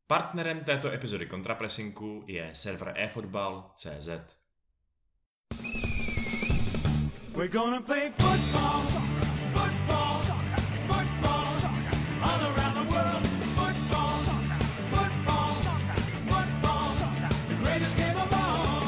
Partnerem této epizody Kontrapresinku je server eFootball.cz. We're gonna play football, football, football, all around the world. Football, football, football, the greatest game of all.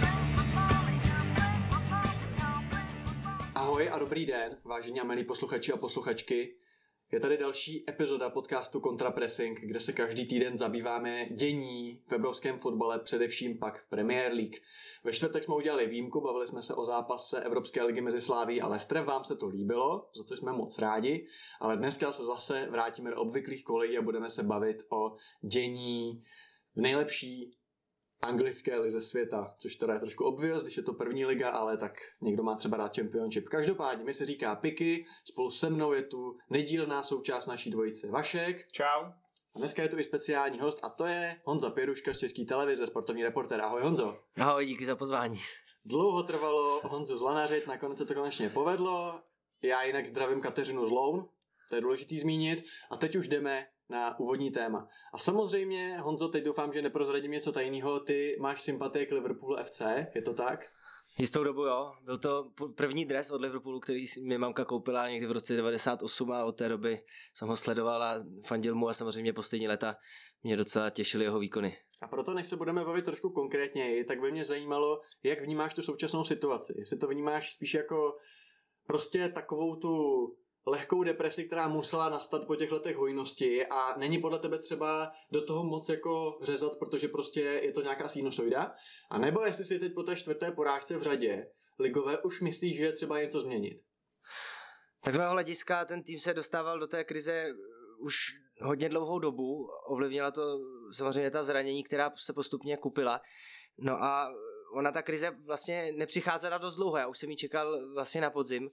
Ahoj a dobrý den, vážení a milí posluchači a posluchačky. Je tady další epizoda podcastu Kontrapressing, kde se každý týden zabýváme dění v evropském fotbale, především pak v Premier League. Ve čtvrtek jsme udělali výjimku, bavili jsme se o zápase Evropské ligy mezi Slavií a Leicesterem, vám se to líbilo, za co jsme moc rádi, ale dneska se zase vrátíme do obvyklých kolejí a budeme se bavit o dění v nejlepší anglické lize světa, což teda je trošku obvious, když je to první liga, ale tak někdo má třeba rád Championship. Každopádně mi se říká Piky, spolu se mnou je tu nedílná součást naší dvojice Vašek. Čau. A dneska je tu i speciální host a to je Honza Pěruška z České televize, sportovní reportér. Ahoj Honzo. Ahoj, díky za pozvání. Dlouho trvalo Honzu zlanařit, nakonec se to konečně povedlo. Já jinak zdravím Kateřinu Zloun, to je důležitý zmínit. A teď už jdeme na úvodní téma. A samozřejmě, Honzo, teď doufám, že neprozradím něco tajného. Ty máš sympatie k Liverpoolu FC, je to tak? Jistou dobu jo. Byl to první dres od Liverpoolu, který mi mamka koupila někdy v roce 98 a od té doby jsem ho sledoval a fandil mu a samozřejmě poslední léta mě docela těšily jeho výkony. A proto, než se budeme bavit trošku konkrétněji, tak by mě zajímalo, jak vnímáš tu současnou situaci. Jestli to vnímáš spíš jako prostě takovou tu lehkou depresi, která musela nastat po těch letech hojnosti a není podle tebe třeba do toho moc jako řezat, protože prostě je to nějaká sinusoida? A nebo jestli si teď po té čtvrté porážce v řadě ligové už myslíš, že je třeba něco změnit? Tak z mého hlediska ten tým se dostával do té krize už hodně dlouhou dobu. Ovlivnila to samozřejmě ta zranění, která se postupně kupila. No a ona ta krize vlastně nepřicházela dost dlouho. Já už jsem ji čekal vlastně na podzim.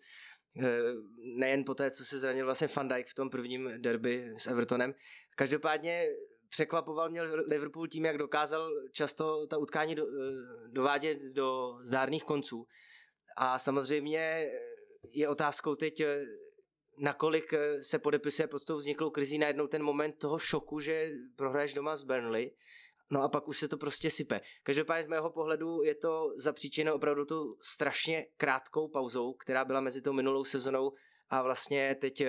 Nejen po té, co se zranil vlastně Van Dijk v tom prvním derby s Evertonem. Každopádně překvapoval mě Liverpool tím, jak dokázal často ta utkání dovádět do zdárných konců. A samozřejmě je otázkou teď, nakolik se podepisuje pod tou vzniklou krizí najednou ten moment toho šoku, že prohraješ doma s Burnley. No a pak už se to prostě sype. Každopádně z mého pohledu je to zapříčeno opravdu tu strašně krátkou pauzou, která byla mezi tou minulou sezonou a vlastně teď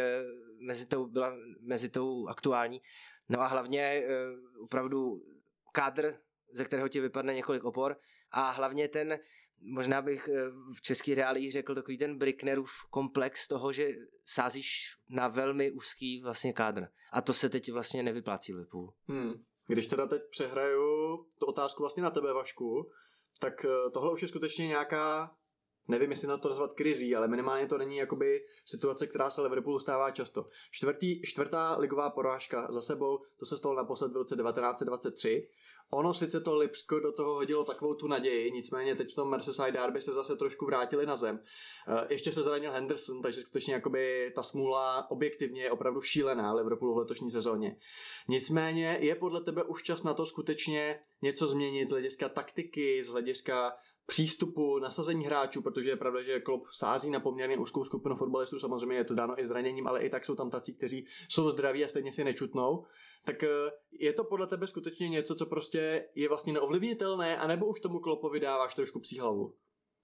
mezi tou aktuální. No a hlavně opravdu kádr, ze kterého ti vypadne několik opor a hlavně ten, možná bych v český reálii řekl, takový ten Bricknerův komplex toho, že sázíš na velmi úzký vlastně kádr. A to se teď vlastně nevyplácí Liverpoolu. Když teda teď přehraju tu otázku vlastně na tebe, Vašku, tak tohle už je skutečně nějaká, nevím, jestli na to nazvat krizí, ale minimálně to není jakoby situace, která se Liverpoolu stává často. Čtvrtá ligová porážka za sebou, to se stalo naposled v roce 1923. Ono sice to Lipsko do toho hodilo takovou tu naději, nicméně teď v tom Merseyside derby se zase trošku vrátili na zem. Ještě se zranil Henderson, takže skutečně jakoby ta smůla objektivně je opravdu šílená Liverpoolu v letošní sezóně. Nicméně je podle tebe už čas na to skutečně něco změnit z hlediska taktiky, z hlediska přístupu, nasazení hráčů, protože je pravda, že Klopp sází na poměrně úzkou skupinu fotbalistů, samozřejmě je to dáno i zraněním, ale i tak jsou tam tací, kteří jsou zdraví a stejně si nečutnou. Tak je to podle tebe skutečně něco, co prostě je vlastně neovlivnitelné, anebo už tomu Kloppovi dáváš trošku psí hlavu?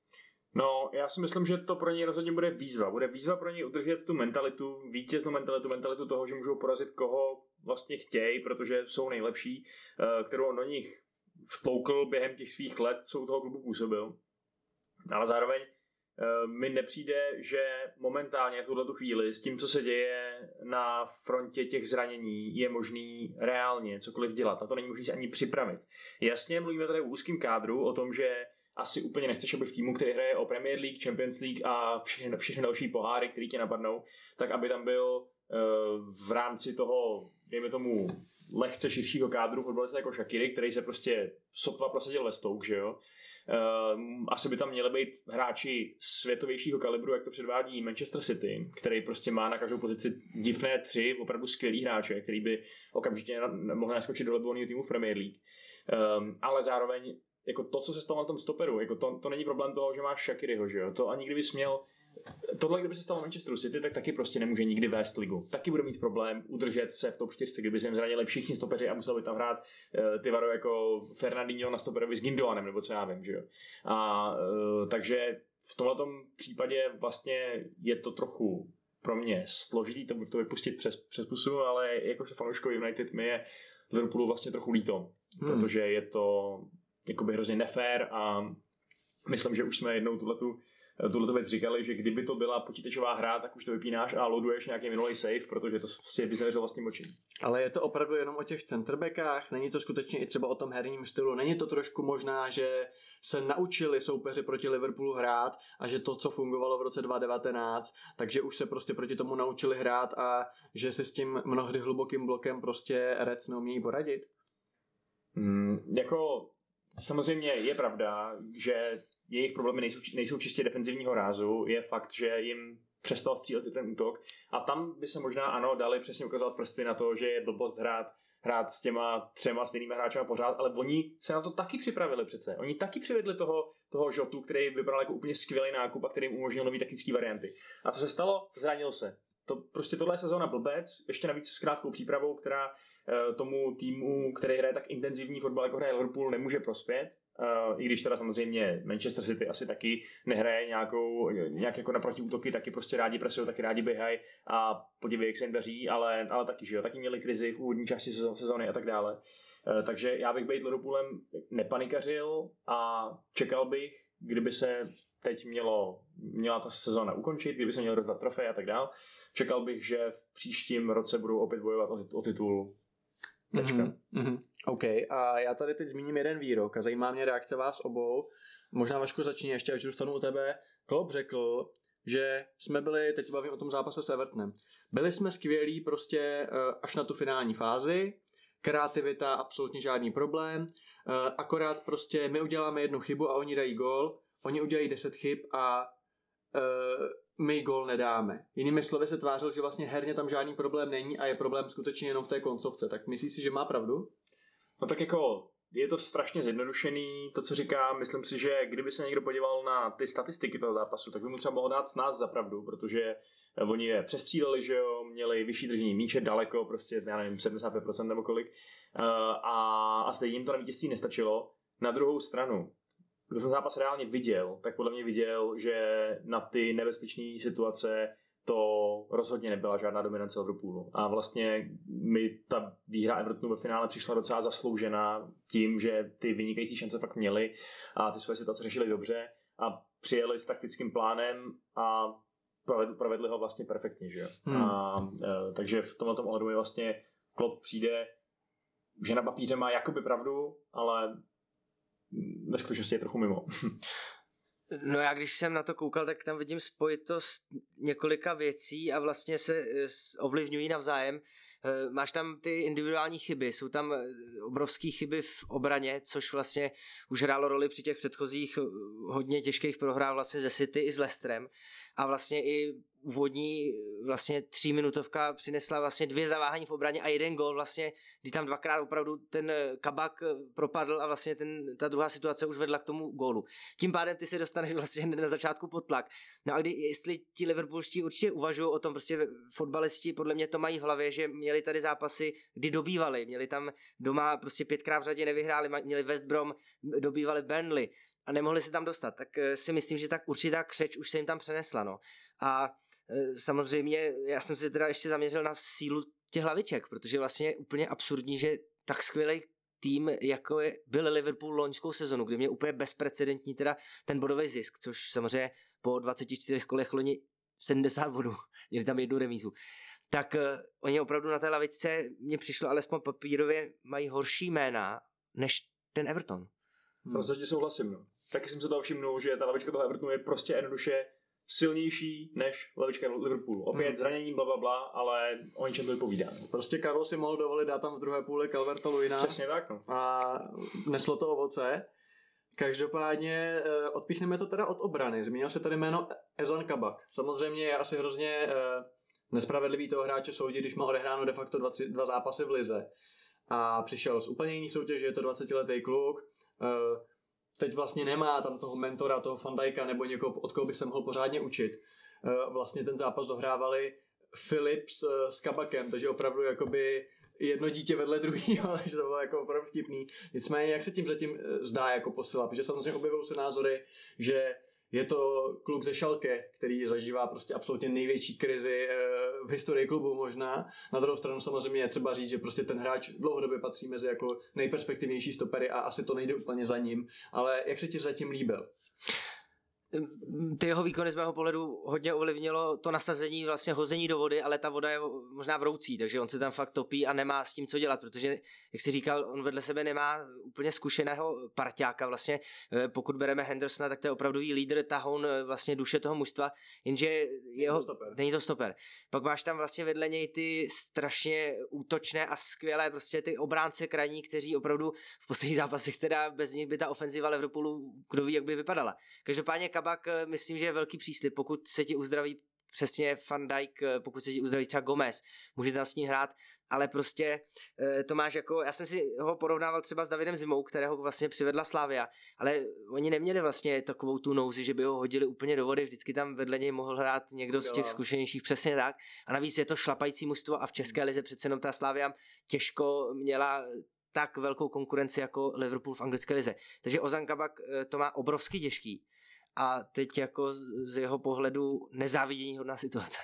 No, já si myslím, že to pro něj rozhodně bude výzva. Bude výzva pro něj udržet tu mentalitu, vítěznou mentalitu toho, že můžou porazit koho vlastně chtějí, protože jsou nejlepší, kterou on do nich vtloukl během těch svých let, co u toho klubu působil. Ale zároveň mi nepřijde, že momentálně v tuhletu chvíli s tím, co se děje na frontě těch zranění, je možný reálně cokoliv dělat. A to není možný se ani připravit. Jasně, mluvíme tady o úzkém kádru, o tom, že asi úplně nechceš, aby v týmu, který hraje o Premier League, Champions League a všechny další poháry, které tě napadnou, tak aby tam byl v rámci toho, dejme tomu, lehce širšího kádru fotbalista jako Shaqiri, který se prostě sotva prosadil ve Stoke, že jo. Asi by tam měli být hráči světovějšího kalibru, jak to předvádí Manchester City, který prostě má na každou pozici divné 3 opravdu skvělý hráče, který by okamžitě mohli naskočit do lebovního týmu v Premier League. Ale zároveň jako to, co se stalo na tom stoperu, jako to není problém toho, že máš Shaqiriho, že jo. To ani kdybys měl tohle, kdyby se stalo Manchesteru City, tak taky prostě nemůže nikdy vést ligu. Taky bude mít problém udržet se v top 4, kdyby se jim zranili všichni stopeři a musel by tam hrát ty varo jako Fernandinho na stoperovi s Gundoganem, nebo co já vím, že jo. A takže v tomhletom případě vlastně je to trochu pro mě složitý to vypustit přes pusu, ale jakože fanouškovi United mi je Liverpoolu vlastně trochu líto, protože je to jakoby hrozně nefér a myslím, že už jsme jednou tuhletu věc říkali, že kdyby to byla počítačová hra, tak už to vypínáš a loaduješ nějaký minulý save, protože to si bys nevěřil vlastním očím. Ale je to opravdu jenom o těch centerbackách? Není to skutečně i třeba o tom herním stylu? Není to trošku možná, že se naučili soupeři proti Liverpoolu hrát a že to, co fungovalo v roce 2019, takže už se prostě proti tomu naučili hrát a že se s tím mnohdy hlubokým blokem prostě Reds neumějí poradit? Jako samozřejmě je pravda, že jejich problémy nejsou čistě defenzivního rázu, je fakt, že jim přestal střílet ten útok a tam by se možná ano dali přesně ukazovat prsty na to, že je blbost hrát s těma 3 stejnými hráčema pořád, ale oni se na to taky připravili přece. Oni taky přivedli toho Žotu, který vypadal jako úplně skvělý nákup a který jim umožnil nový taktický varianty. A co se stalo? Zranil se. Tohle je sezóna blbec, ještě navíc s krátkou přípravou, která tomu týmu, který hraje tak intenzivní fotbal, jako hraje Liverpool, nemůže prospět. I když teda samozřejmě Manchester City asi taky nehraje nějak jako na protiútoky, taky prostě rádi presují, taky rádi běhají a podívej, jak se jim daří, ale taky, že jo, taky měli krizi v úvodní části sezóny a tak dále. Takže já bych být Liverpoolem nepanikařil a čekal bych, kdyby se teď měla ta sezóna ukončit, kdyby se měl rozdat trofej a tak dále. Čekal bych, že v příštím roce budou opět bojovat o titul. OK, a já tady teď zmíním jeden výrok a zajímá mě reakce vás obou. Možná Vašku začni ještě, až zůstanu u tebe. Klopp řekl, že jsme byli, teď se bavím o tom zápase s Evertonem, byli jsme skvělí prostě až na tu finální fázi, kreativita, absolutně žádný problém, akorát prostě my uděláme jednu chybu a oni dají gól, oni udělají 10 chyb a my gól nedáme. Jinými slovy se tvářil, že vlastně herně tam žádný problém není a je problém skutečně jenom v té koncovce. Tak myslíš si, že má pravdu? No tak jako je to strašně zjednodušený, to, co říkám. Myslím si, že kdyby se někdo podíval na ty statistiky toho zápasu, tak by mu třeba mohl dát s nás za pravdu, protože oni je přestříleli, že jo, měli vyšší držení míče daleko, prostě, já nevím, 75% nebo kolik, a stejně jim to na vítězství nestačilo. Na druhou stranu, kdo ten zápas reálně viděl, tak podle mě viděl, že na ty nebezpečné situace to rozhodně nebyla žádná dominance Liverpoolu. A vlastně mi ta výhra Evertonu ve finále přišla docela zasloužená tím, že ty vynikající šance fakt měli a ty své situace řešili dobře a přijeli s taktickým plánem a provedli ho vlastně perfektně, že jo. Takže v tomto ohledu mi vlastně Klopp přijde, že na papíře má jakoby pravdu, ale ve skutečnosti je trochu mimo. No já když jsem na to koukal, tak tam vidím spojitost několika věcí a vlastně se ovlivňují navzájem. Máš tam ty individuální chyby, jsou tam obrovské chyby v obraně, což vlastně už hrálo roli při těch předchozích hodně těžkých prohrách vlastně ze City i s Leicesterem a vlastně i úvodní vlastně 3minutovka přinesla vlastně 2 zaváhání v obraně a 1 gól vlastně, kdy tam 2krát opravdu ten Kabak propadl a vlastně ta druhá situace už vedla k tomu gólu. Tím pádem ty se dostaneš vlastně na začátku pod tlak. No a jestli ti liverpoolští určitě uvažují o tom, prostě fotbalisti podle mě to mají v hlavě, že měli tady zápasy, kdy dobývali, měli tam doma prostě 5krát v řadě nevyhráli, měli West Brom, dobývali Burnley a nemohli se tam dostat, tak si myslím, že tak určitá křeč už se jim tam přenesla, no. A samozřejmě já jsem se teda ještě zaměřil na sílu těch hlaviček, protože vlastně je úplně absurdní, že tak skvělý tým, jako byl Liverpool loňskou sezonu, kdy měl úplně bezprecedentní teda ten bodový zisk, což samozřejmě po 24 kolech loni 70 bodů, měli tam 1 remízu. Tak oni opravdu na té lavičce, mně přišlo alespoň papírově, mají horší jména než ten Everton. Rozhodně souhlasím, no. Taky jsem se toho všimnul, že ta lavička toho Evertonu je prostě jednoduše silnější než lavička Liverpoolu. Opět zranění, blablabla, ale o ničem to vypovídá. Prostě Karol si mohl dovolit dát tam v druhé půli Calverta-Lewina. Přesně tak, no. A neslo to ovoce. Každopádně odpíchneme to teda od obrany. Zmínil se tady jméno Ozan Kabak. Samozřejmě je asi hrozně nespravedlivý toho hráče soudit, když má odehráno de facto 2 zápasy v lize. A přišel z úplně jiný soutěže, je to 20letý kluk. Teď vlastně nemá tam toho mentora, toho Van Dijka nebo někoho, od koho by se mohl pořádně učit. vlastně ten zápas dohrávali Phillips s Kabakem, takže opravdu jakoby jedno dítě vedle druhého, takže to bylo jako opravdu vtipný. Nicméně, jak se tím zatím zdá jako posila, protože samozřejmě objevují se názory, že je to kluk ze Schalke, který zažívá prostě absolutně největší krizi v historii klubu možná. Na druhou stranu samozřejmě je třeba říct, že prostě ten hráč dlouhodobě patří mezi jako nejperspektivnější stopery a asi to nejde úplně za ním. Ale jak se ti zatím líbil? Ty jeho výkony z mého pohledu hodně ovlivnilo to nasazení, vlastně hození do vody, ale ta voda je možná vroucí, takže on se tam fakt topí a nemá s tím co dělat, protože, jak jsi říkal, on vedle sebe nemá úplně zkušeného parťáka, vlastně pokud bereme Hendersona, tak to je opravdový lídr, tahoun, vlastně duše toho mužstva, jenže není to stoper. Pak máš tam vlastně vedle něj ty strašně útočné a skvělé prostě ty obránce krajní, kteří opravdu v posledních zápasech, teda bez nich by ta ofenziva Liverpoolu, kdo ví, jak by vypadala. Každopádně Kabak, myslím, že je velký příslib, pokud se ti uzdraví přesně Van Dijk, pokud se ti uzdraví třeba Gomez, může tam s ní hrát, ale prostě to máš jako, já jsem si ho porovnával třeba s Davidem Zimou, kterého vlastně přivedla Slavia, ale oni neměli vlastně takovou tu nouzi, že by ho hodili úplně do vody, vždycky tam vedle něj mohl hrát někdo z těch zkušenějších, přesně tak, a navíc je to šlapající mužstvo a v české lize přece jenom ta Slavia těžko měla tak velkou konkurenci jako Liverpool v anglické lize. Takže Ozan Kabak to má obrovsky těžký. A teď jako z jeho pohledu nezáviděníhodná situace.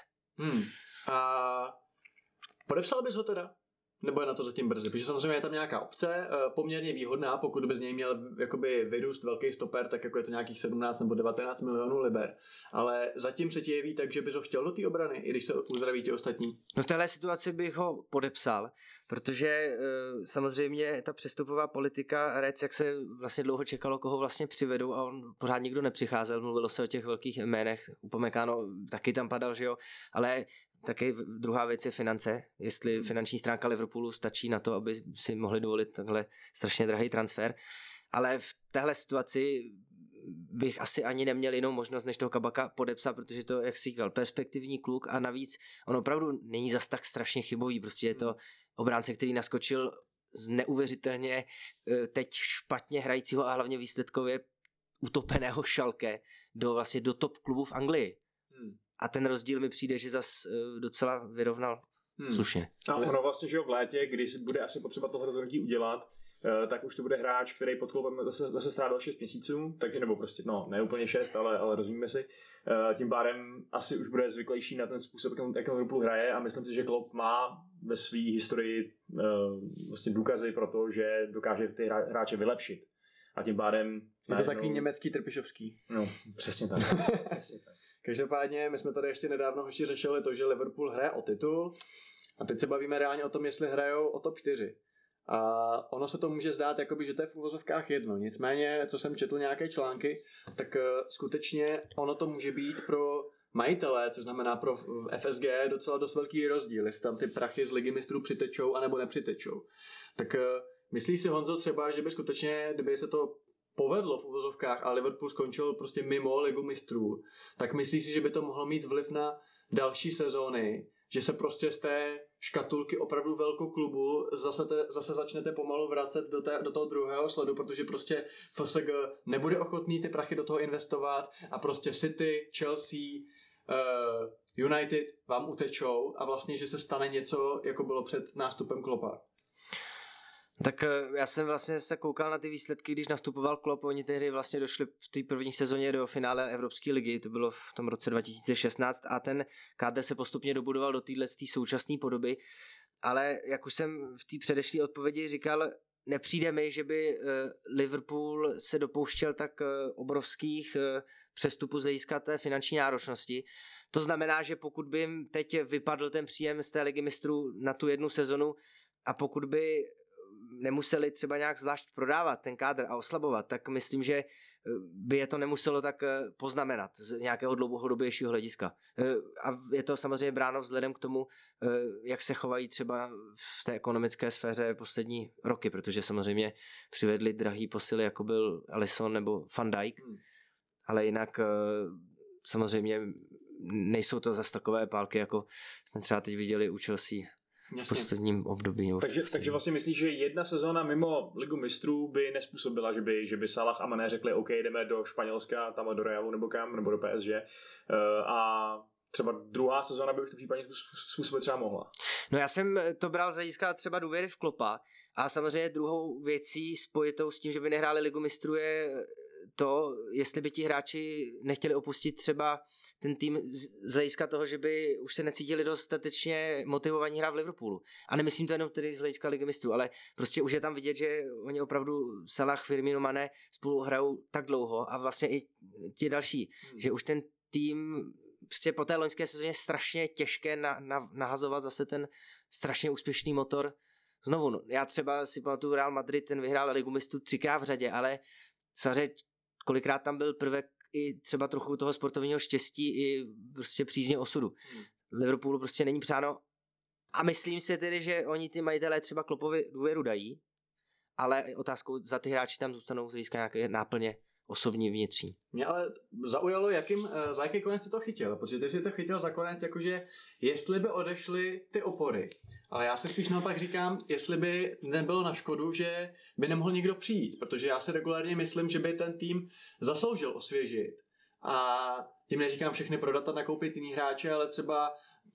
A podepsal bys ho teda? Nebo je na to zatím brzy? Protože samozřejmě je tam nějaká opce, poměrně výhodná, pokud by z něj měl jakoby vyrůst velký stoper, tak jako je to nějakých 17 nebo 19 milionů liber. Ale zatím se ti jeví tak, že bys ho chtěl do té obrany, i když se uzdraví ti ostatní. No v téhle situaci bych ho podepsal, protože samozřejmě ta přestupová politika Reds, jak se vlastně dlouho čekalo, koho vlastně přivedou, a on pořád nikdo nepřicházel, mluvilo se o těch velkých jménech, Upamecano taky tam padal, že jo, ale taky druhá věc je finance, jestli finanční stránka Liverpoolu stačí na to, aby si mohli dovolit takhle strašně drahý transfer, ale v téhle situaci bych asi ani neměl jinou možnost, než toho Kabaka podepsat, protože to, jak jsi říkal, perspektivní kluk a navíc on opravdu není zas tak strašně chybový, prostě je to obránce, který naskočil z neuvěřitelně teď špatně hrajícího a hlavně výsledkově utopeného Schalke do top klubu v Anglii. A ten rozdíl mi přijde, že zas docela vyrovnal slušně. A ono vlastně, že v létě, když bude asi potřeba toho rozhodnutí udělat, tak už to bude hráč, který pod klubem zase strávil 6 měsíců, takže nebo prostě, no, ne úplně 6, ale rozumíme si. Tím pádem asi už bude zvyklejší na ten způsob, jak Liverpool hraje, a myslím si, že Klopp má ve své historii vlastně důkazy pro to, že dokáže ty hráče vylepšit. A tím pádem... Je to takový německý Trpišovský. No, přesně tak. Přesně tak. Každopádně my jsme tady ještě nedávno hoši řešili to, že Liverpool hraje o titul a teď se bavíme reálně o tom, jestli hrajou o top 4. A ono se to může zdát, jakoby, že to je v uvozovkách jedno. Nicméně, co jsem četl nějaké články, tak skutečně ono to může být pro majitele, což znamená pro FSG, docela dost velký rozdíl, jestli tam ty prachy z ligy mistrů přitečou anebo nepřitečou. Tak myslíš si, Honzo, třeba, že by skutečně, kdyby se to povedlo v uvozovkách a Liverpool skončil prostě mimo ligu mistrů, tak myslíš si, že by to mohlo mít vliv na další sezóny, že se prostě z té škatulky opravdu velkou klubu zase začnete pomalu vracet do toho druhého sledu, protože prostě FSG nebude ochotný ty prachy do toho investovat a prostě City, Chelsea, United vám utečou a vlastně, že se stane něco, jako bylo před nástupem Kloppa. Tak já jsem vlastně se koukal na ty výsledky, když nastupoval Klopp, oni tehdy vlastně došli v té první sezóně do finále Evropské ligy, to bylo v tom roce 2016 a ten kádr se postupně dobudoval do téhle současné podoby, ale jak už jsem v té předešlé odpovědi říkal, nepřijde mi, že by Liverpool se dopouštěl tak obrovských přestupů z hlediska té finanční náročnosti. To znamená, že pokud by jim teď vypadl ten příjem z té ligy mistrů na tu jednu sezonu a pokud by nemuseli třeba nějak zvlášť prodávat ten kádr a oslabovat, tak myslím, že by je to nemuselo tak poznamenat z nějakého dlouhodobějšího hlediska. A je to samozřejmě bráno vzhledem k tomu, jak se chovají třeba v té ekonomické sféře poslední roky, protože samozřejmě přivedli drahý posily, jako byl Alisson nebo Van Dijk, ale jinak samozřejmě nejsou to zas takové pálky, jako jsme třeba teď viděli u Chelsea v posledním období. Takže vlastně myslíš, že jedna sezóna mimo Ligu mistrů by nespůsobila, že by Salah a Mané řekli OK, jdeme do Španělska, tam do Realu nebo kam, nebo do PSG a třeba druhá sezóna by už to případně způsobit třeba mohla. No já jsem to bral z hlediska třeba důvěry v Kloppa a samozřejmě druhou věcí spojitou s tím, že by nehráli Ligu mistrů je to, jestli by ti hráči nechtěli opustit třeba ten tým z hlediska toho, že by už se necítili dostatečně motivovaní hrát v Liverpoolu. A nemyslím to jenom tedy z hlediska Ligy mistrů, ale prostě už je tam vidět, že oni opravdu Salah, Firmino, Mané spolu hrajou tak dlouho a vlastně i ti další, že už ten tým prostě po té loňské sezóně je strašně těžké nahazovat zase ten strašně úspěšný motor znovu. No, já třeba si pamatuju Real Madrid, ten vyhrál Ligu mistrů 3krát v řadě, ale samozřejmě kolikrát tam byl prvek i třeba trochu toho sportovního štěstí i prostě přízně osudu. Liverpoolu prostě není přáno a myslím si tedy, že oni ty majitelé třeba Kloppovi důvěru dají, ale otázkou za ty hráči tam zůstanou z hlediska nějaké náplně osobní vnitřní. Mě ale zaujalo, za jaký konec si to chytil, protože ty si to chytil za konec, jakože jestli by odešly ty opory. Ale já si spíš naopak říkám, jestli by nebylo na škodu, že by nemohl nikdo přijít, protože já si regulárně myslím, že by ten tým zasloužil osvěžit. A tím neříkám všechny prodat a nakoupit jiný hráče, ale třeba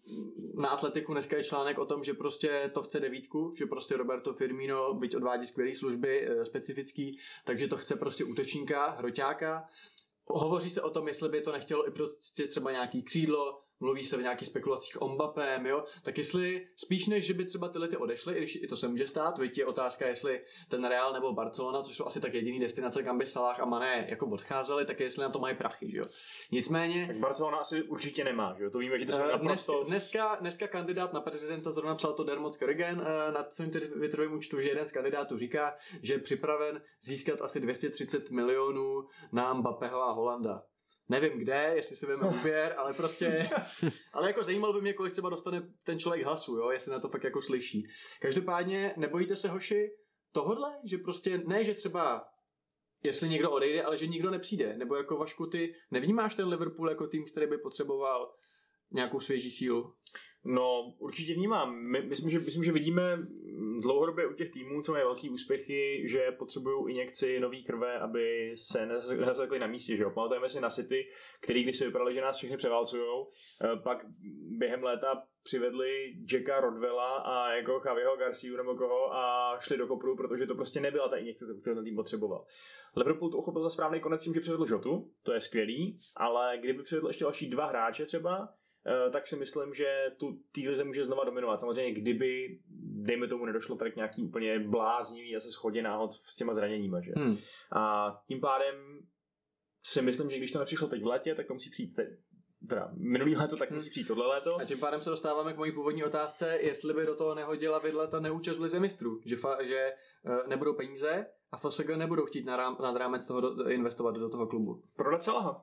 na Atletiku dneska je článek o tom, že prostě to chce devítku, že prostě Roberto Firmino, byť odvádí skvělé služby, specifický, takže to chce prostě útočníka, hroťáka. Hovoří se o tom, jestli by to nechtělo i prostě třeba nějaký křídlo, mluví se v nějakých spekulacích o Mbappém, jo, tak jestli spíš než, že by třeba tyhle ty odešly, i když i to se může stát, víc je otázka, jestli ten Real nebo Barcelona, což jsou asi tak jediný destinace, kam by Salah a Mané jako odcházeli, tak jestli na to mají prachy, že jo. Nicméně... Tak Barcelona asi určitě nemá, že jo, to víme, že to jsou naprosto... Dneska kandidát na prezidenta zrovna psal to Dermot Corrigan na svým Twitterovým účtu, že jeden z kandidátů říká, že je připraven získat asi 230 milionů na Mbappého a Holanda. Nevím kde, jestli si veme úvěr, ale prostě, ale jako zajímalo by mě, kolik třeba dostane ten člověk hlasu, jo, jestli na to fakt jako slyší. Každopádně nebojíte se, hoši, tohodle, že prostě ne, že třeba jestli někdo odejde, ale že nikdo nepřijde, nebo jako Vašku, ty nevnímáš ten Liverpool jako tým, který by potřeboval nějakou svěží sílu? No, určitě vnímám. Myslím, že vidíme dlouhodobě u těch týmů, co mají velký úspěchy, že potřebují injekci nový krve, aby se nezasekli na místě, že jo. Pamatujeme si na City, který když si vypadali, že nás všechny převálcujou, pak během léta přivedli Jacka Rodwella a jako Javiho Garciu nebo koho a šli do kopru, protože to prostě nebyla ta injekce, kterou ten tým potřeboval. Liverpool to uchopil za správný konec tím, že přivedl Jotu, to je skvělý, ale kdyby přivedl ještě další 2 hráče třeba, tak si myslím, že tý lize může znova dominovat. Samozřejmě, kdyby, dejme tomu, nedošlo tak nějaký úplně bláznivý zase shodě náhod s těma zraněníma, že? A tím pádem si myslím, že když to nepřišlo teď v létě, tak to musí přijít teď. Teda minulý léto, tak musí přijít tohle léto. A tím pádem se dostáváme k mojí původní otázce, jestli by do toho nehodila vidle ta neúčast v lize mistrů, že nebudou peníze a FSG nebudou chtít nad rámec toho investovat do toho klubu. Prodat Salaha.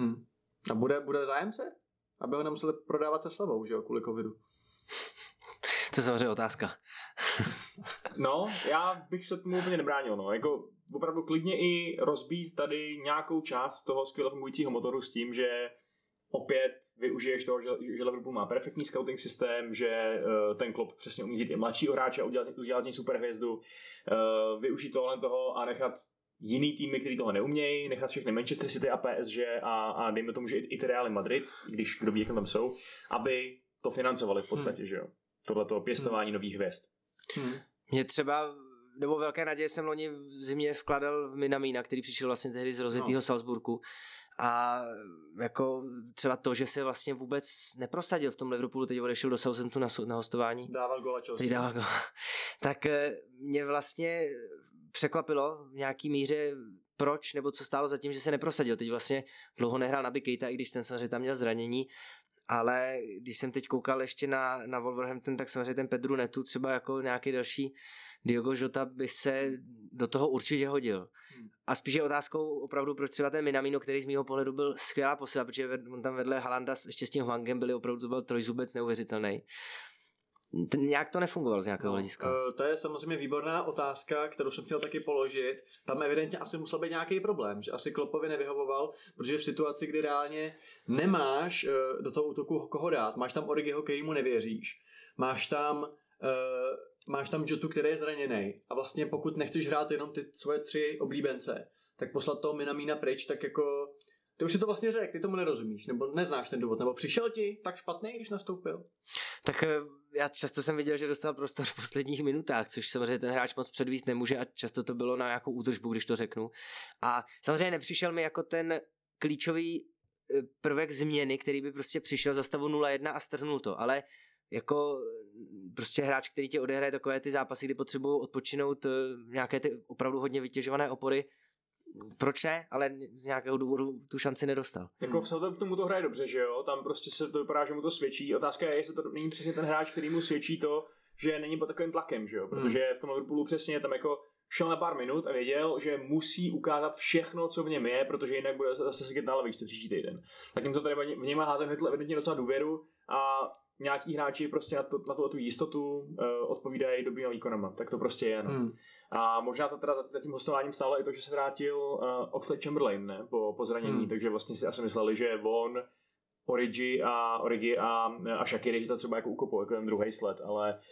A bude zájemce? Aby ho nemuseli prodávat se slevou, že jo, kvůli covidu. To je samozřejmě otázka. No, já bych se tomu úplně nebránil, no. Jako opravdu klidně i rozbít tady nějakou část toho skvěle fungujícího motoru s tím, že opět využiješ toho, že Liverpool má perfektní scouting systém, že ten Klopp přesně umí i mladšího hráče a udělat z něj superhvězdu, využít toho a nechat jiný týmy, který toho neumějí, nechat všechny Manchester City a PSG a dejme tomu, že i ty Real Madrid, když kdo ví, jak tam jsou, aby to financovali v podstatě, že jo. Tohleto pěstování nových hvězd. Mě třeba, nebo velké naděje jsem loni v zimě vkladal v Minamina, který přišel vlastně tehdy z rozjetýho Salzburgu. A jako třeba to, že se vlastně vůbec neprosadil v tom Liverpoolu, teď odešel do Southamptonu na hostování. Dával gola Chelsea. Tak mě vlastně překvapilo v nějaký míře, proč, nebo co stálo za tím, že se neprosadil. Teď vlastně dlouho nehrál na Keita, i když ten samozřejmě tam měl zranění, ale když jsem teď koukal ještě na Wolverhampton, tak samozřejmě ten Pedro Neto třeba jako nějaký další Diogo Jota by se do toho určitě hodil. A spíš je otázkou opravdu, proč třeba ten Minamino, který z mýho pohledu byl skvělá posila, protože on tam vedle Halanda ještě s tím Hwangem byli opravdu, to byl trojzubec neuvěřitelný. Nějak to nefungovalo z nějakého hlediska. To je samozřejmě výborná otázka, kterou jsem chtěl taky položit. Tam evidentně asi musel být nějaký problém, že asi Kloppovi nevyhovoval, protože v situaci, kdy reálně nemáš do toho útoku koho dát, máš tam Origiho, kterýmu nevěříš, máš tam máš tam Jotu, který je zraněný a vlastně pokud nechceš hrát jenom ty svoje 3 oblíbence, tak poslat toho Minamina pryč, tak jako ty už si to vlastně řekl, ty tomu nerozumíš, nebo neznáš ten důvod, nebo přišel ti tak špatný, když nastoupil? Tak já často jsem viděl, že dostal prostor v posledních minutách, což samozřejmě ten hráč moc předvíst nemůže a často to bylo na nějakou údržbu, když to řeknu. A samozřejmě nepřišel mi jako ten klíčový prvek změny, který by prostě přišel za stavu 0-1 a strhnul to, ale jako prostě hráč, který ti odehraje takové ty zápasy, kdy potřebují odpočinout nějaké ty opravdu hodně vytěžované opory, proč ne, ale z nějakého důvodu tu šanci nedostal. Jako vzhledem k tomu to hraje dobře, že jo, tam prostě se to vypadá, že mu to svědčí. Otázka je, jestli to není přesně ten hráč, který mu svědčí to, že není pod takovým tlakem, že jo, protože v tom Liverpoolu přesně tam jako šel na pár minut a věděl, že musí ukázat všechno, co v něm je, protože jinak bude zase sedět na lavičce příští týden. Tak jim to tady v něm házet evidentně docela důvěru a nějaký hráči prostě na tu jistotu odpovídají dobrýma výkonama. Tak to prostě je, no. A možná to teda za tím hostováním stálo i to, že se vrátil Oxlade-Chamberlain, ne? Po zranění, takže vlastně si asi mysleli, že on, Origi a Shaqiri to třeba jako ukopou, jako ten druhý sled, ale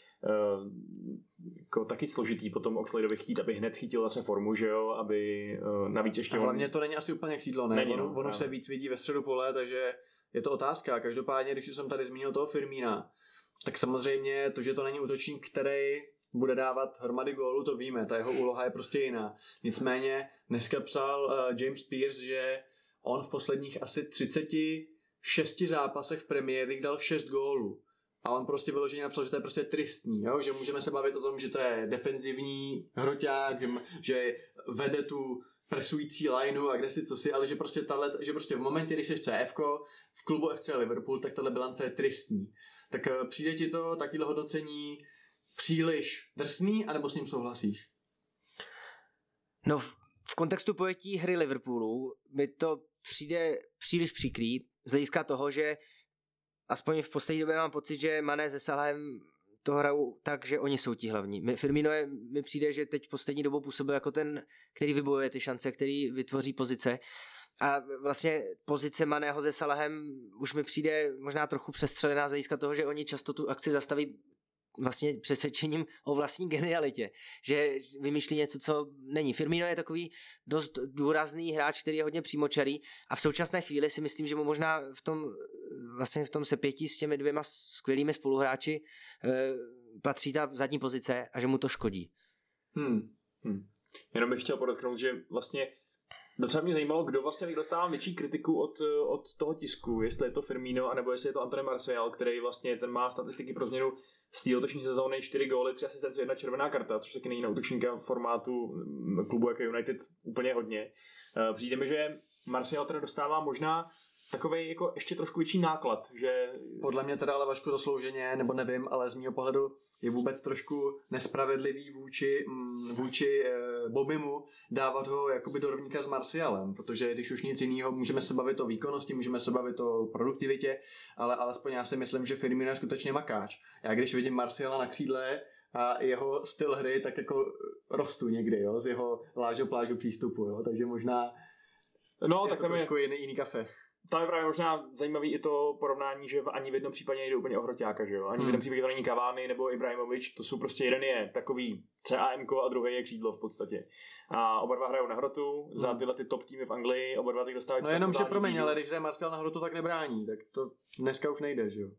jako taky složitý potom Oxladeovi chtít, aby hned chytil zase formu, že jo, aby navíc ještě... A hlavně to není asi úplně křídlo, ne? Není, ono se víc vidí ve středu pole, takže je to otázka. Každopádně, když jsem tady zmínil toho Firmína, tak samozřejmě to, že to není útočník, který bude dávat hromady gólů, to víme, ta jeho úloha je prostě jiná. Nicméně dneska psal James Pearce, že on v posledních asi 36 zápasech v Premier League dal 6 gólů. A on prostě vyloženě napsal, že to je prostě tristní, jo? Že můžeme se bavit o tom, že to je defenzivní hroťák, že vede tu presující lineu a kde si co si, ale že prostě že prostě v momentě, když jsi CFko v klubu FC Liverpool, tak tahle bilance je tristní. Tak přijde ti to takové hodnocení příliš drsný, anebo s ním souhlasíš? No v kontextu pojetí hry Liverpoolu mi to přijde příliš příkrý z hlediska toho, že aspoň v poslední době mám pocit, že Mané se Salahem to hrajou tak, že oni jsou ti hlavní. Firmino mi přijde, že teď poslední dobou působil jako ten, který vybojuje ty šance, který vytvoří pozice. A vlastně pozice Maného se Salahem už mi přijde možná trochu přestřelená z hlediska toho, že oni často tu akci zastaví vlastně přesvědčením o vlastní genialitě, že vymýšlí něco, co není. Firmino je takový dost důrazný hráč, který je hodně přímočarý a v současné chvíli si myslím, že mu možná v tom sepětí s těmi 2 skvělými spoluhráči patří ta zadní pozice a že mu to škodí. Jenom bych chtěl podotknout, že vlastně docela mě zajímalo, kdo vlastně dostává větší kritiku od toho tisku, jestli je to Firmino, anebo jestli je to Anthony Martial, který vlastně ten má statistiky pro změnu z té letošní sezóny 4 góly, 3 asistence, 1 červená karta, což taky není na útočníka formátu klubu jako United úplně hodně. Přijde mi, že Martial teda dostává možná takovej jako ještě trošku větší náklad, že... Podle mě teda ale Vašku zaslouženě, nebo nevím, ale z mýho pohledu je vůbec trošku nespravedlivý vůči Bobimu dávat ho jakoby do rovníka s Martialem, protože když už nic jiného, můžeme se bavit o výkonnosti, můžeme se bavit o produktivitě, ale alespoň já si myslím, že Firmino je skutečně makáč. Já když vidím Martiala na křídle a jeho styl hry, tak jako rostu někdy, jo, z jeho lážo plážu přístupu, jo, takže možná je tak to trošku jiný kafe. Tam je právě možná zajímavý i to porovnání, že ani v jednom případě nejde úplně o hroťáka, že jo? Ani v jednom případě to není Cavani nebo Ibrahimovič, to jsou prostě jeden je takový CAMko a druhý je křídlo v podstatě. A oba dva hrajou na hrotu za tyhle ty top týmy v Anglii, oba dva tak dostávají... No jenom, že promiň, ale když jde Martial na hrotu, tak nebrání, tak to dneska už nejde, že jo?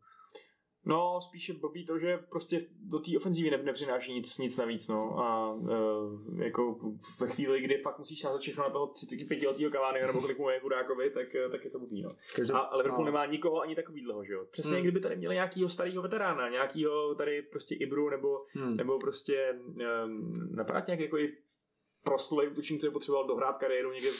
No, spíše blbý to, že prostě do té ofenzívy nepřináší nic navíc, no. A jako ve chvíli, kdy fakt musíš sázet všechno na toho 35letého Cavaniho nebo kolik mu je chudákovi, tak je to blbý, no. A Liverpool nemá nikoho ani takovýhleho, že jo. Přesně kdyby tady měli nějakýho starého veterána, nějakýho tady prostě Ibru nebo prostě napadá nějaký jako i proslulej útočník, který potřeboval dohrát kariéru někde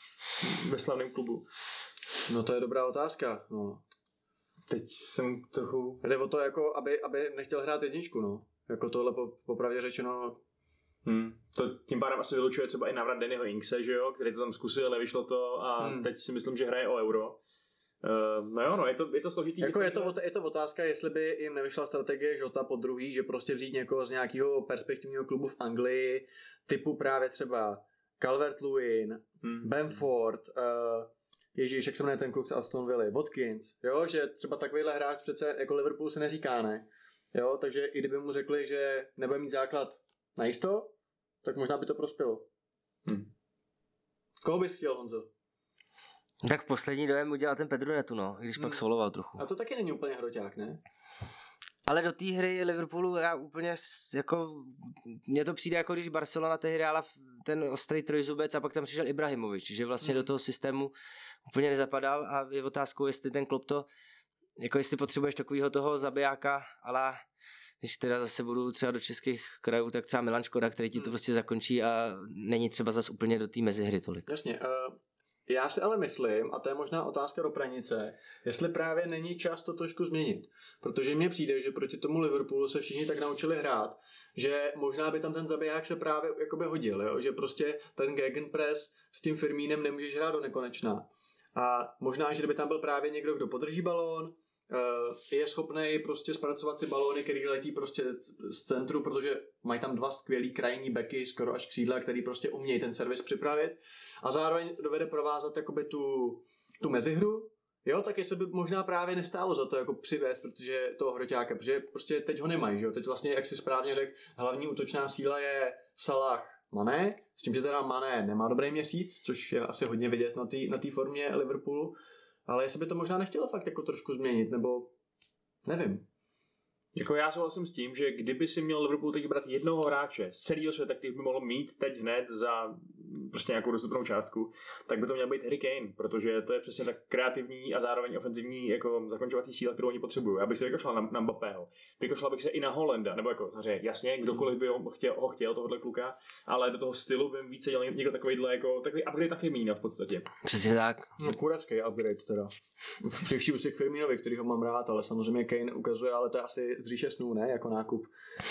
ve slavném klubu. No to je dobrá otázka, no. Teď jsem trochu... Jde o to, jako, aby nechtěl hrát jedničku, no. Jako tohle popravdě řečeno... To tím pádem asi vylučuje třeba i návrat Dannyho Inkse, že jo, který to tam zkusil, nevyšlo to a teď si myslím, že hraje o Euro. No jo, no, je to složitý. Jako je to otázka, jestli by jim nevyšla strategie Jota po druhý, že prostě vzít někoho z nějakého perspektivního klubu v Anglii, typu právě třeba Calvert-Lewin, Bamford, Ježíš, jak se jmenuje ten kluk z Aston Villa, Watkins, jo, že třeba takovýhle hráč přece jako Liverpool se neříká, ne? Jo, takže i kdyby mu řekli, že nebude mít základ najisto, tak možná by to prospělo. Koho bys chtěl, Honzo? Tak poslední dojem udělal ten Pedro Neto, no, když pak soloval trochu. A to taky není úplně hroťák, ne? Ale do té hry Liverpoolu já úplně jako, mně to přijde jako když Barcelona tehdy hrála ten ostrý trojzubec a pak tam přišel Ibrahimovič, že vlastně do toho systému úplně nezapadal a je otázkou, jestli ten Klopp to, jako jestli potřebuješ takovýho toho zabijáka, ale když teda zase budu třeba do českých krajů, tak třeba Milan Škoda, který ti to prostě zakončí a není třeba zase úplně do té mezihry tolik. Jasně, já si ale myslím, a to je možná otázka do pranice, jestli právě není čas to trošku změnit. Protože mně přijde, že proti tomu Liverpoolu se všichni tak naučili hrát, že možná by tam ten zabiják se právě jakoby hodil, jo? Že prostě ten gegenpress s tím Firmínem nemůžeš hrát do nekonečna. A možná, že kdyby tam byl právě někdo, kdo podrží balón, je schopný prostě zpracovat si balóny, který letí prostě z centru, protože mají tam dva skvělý krajní beky, skoro až křídla, který prostě umějí ten servis připravit a zároveň dovede provázat jakoby tu mezihru, jo, tak jestli by možná právě nestálo za to jako přivést, protože toho hroťáka, protože prostě teď ho nemají, že jo, teď vlastně, jak si správně řekl, hlavní útočná síla je Salah, Mané, s tím, že teda Mané nemá dobrý měsíc, což je asi hodně vidět na té formě Liverpoolu. Ale jestli by to možná nechtělo fakt jako trošku změnit, nebo nevím. Jako já souhlasím s tím, že kdyby si měl Liverpool teď brát jednoho hráče z celého světa, který by mohl mít teď hned za prostě nějakou dostupnou částku, tak by to měl být Harry Kane, protože to je přesně tak kreativní a zároveň ofenzivní jako zakončovací síla, kterou oni potřebují. Já bych si vykašlal na Mbappého. Vykašlal bych se i na Holanda, nebo jako samozřejmě jasně, kdokoliv by ho chtěl tohohle kluka, ale do toho stylu by více dělal někdo takovýhle jako takový upgrade na Firmína v podstatě. Přesně tak. No kurevský upgrade teda. Při vší úctě k Firmínovi, který ho mám rád, ale samozřejmě Kane ukazuje, ale to je asi z říše snů, ne, jako nákup.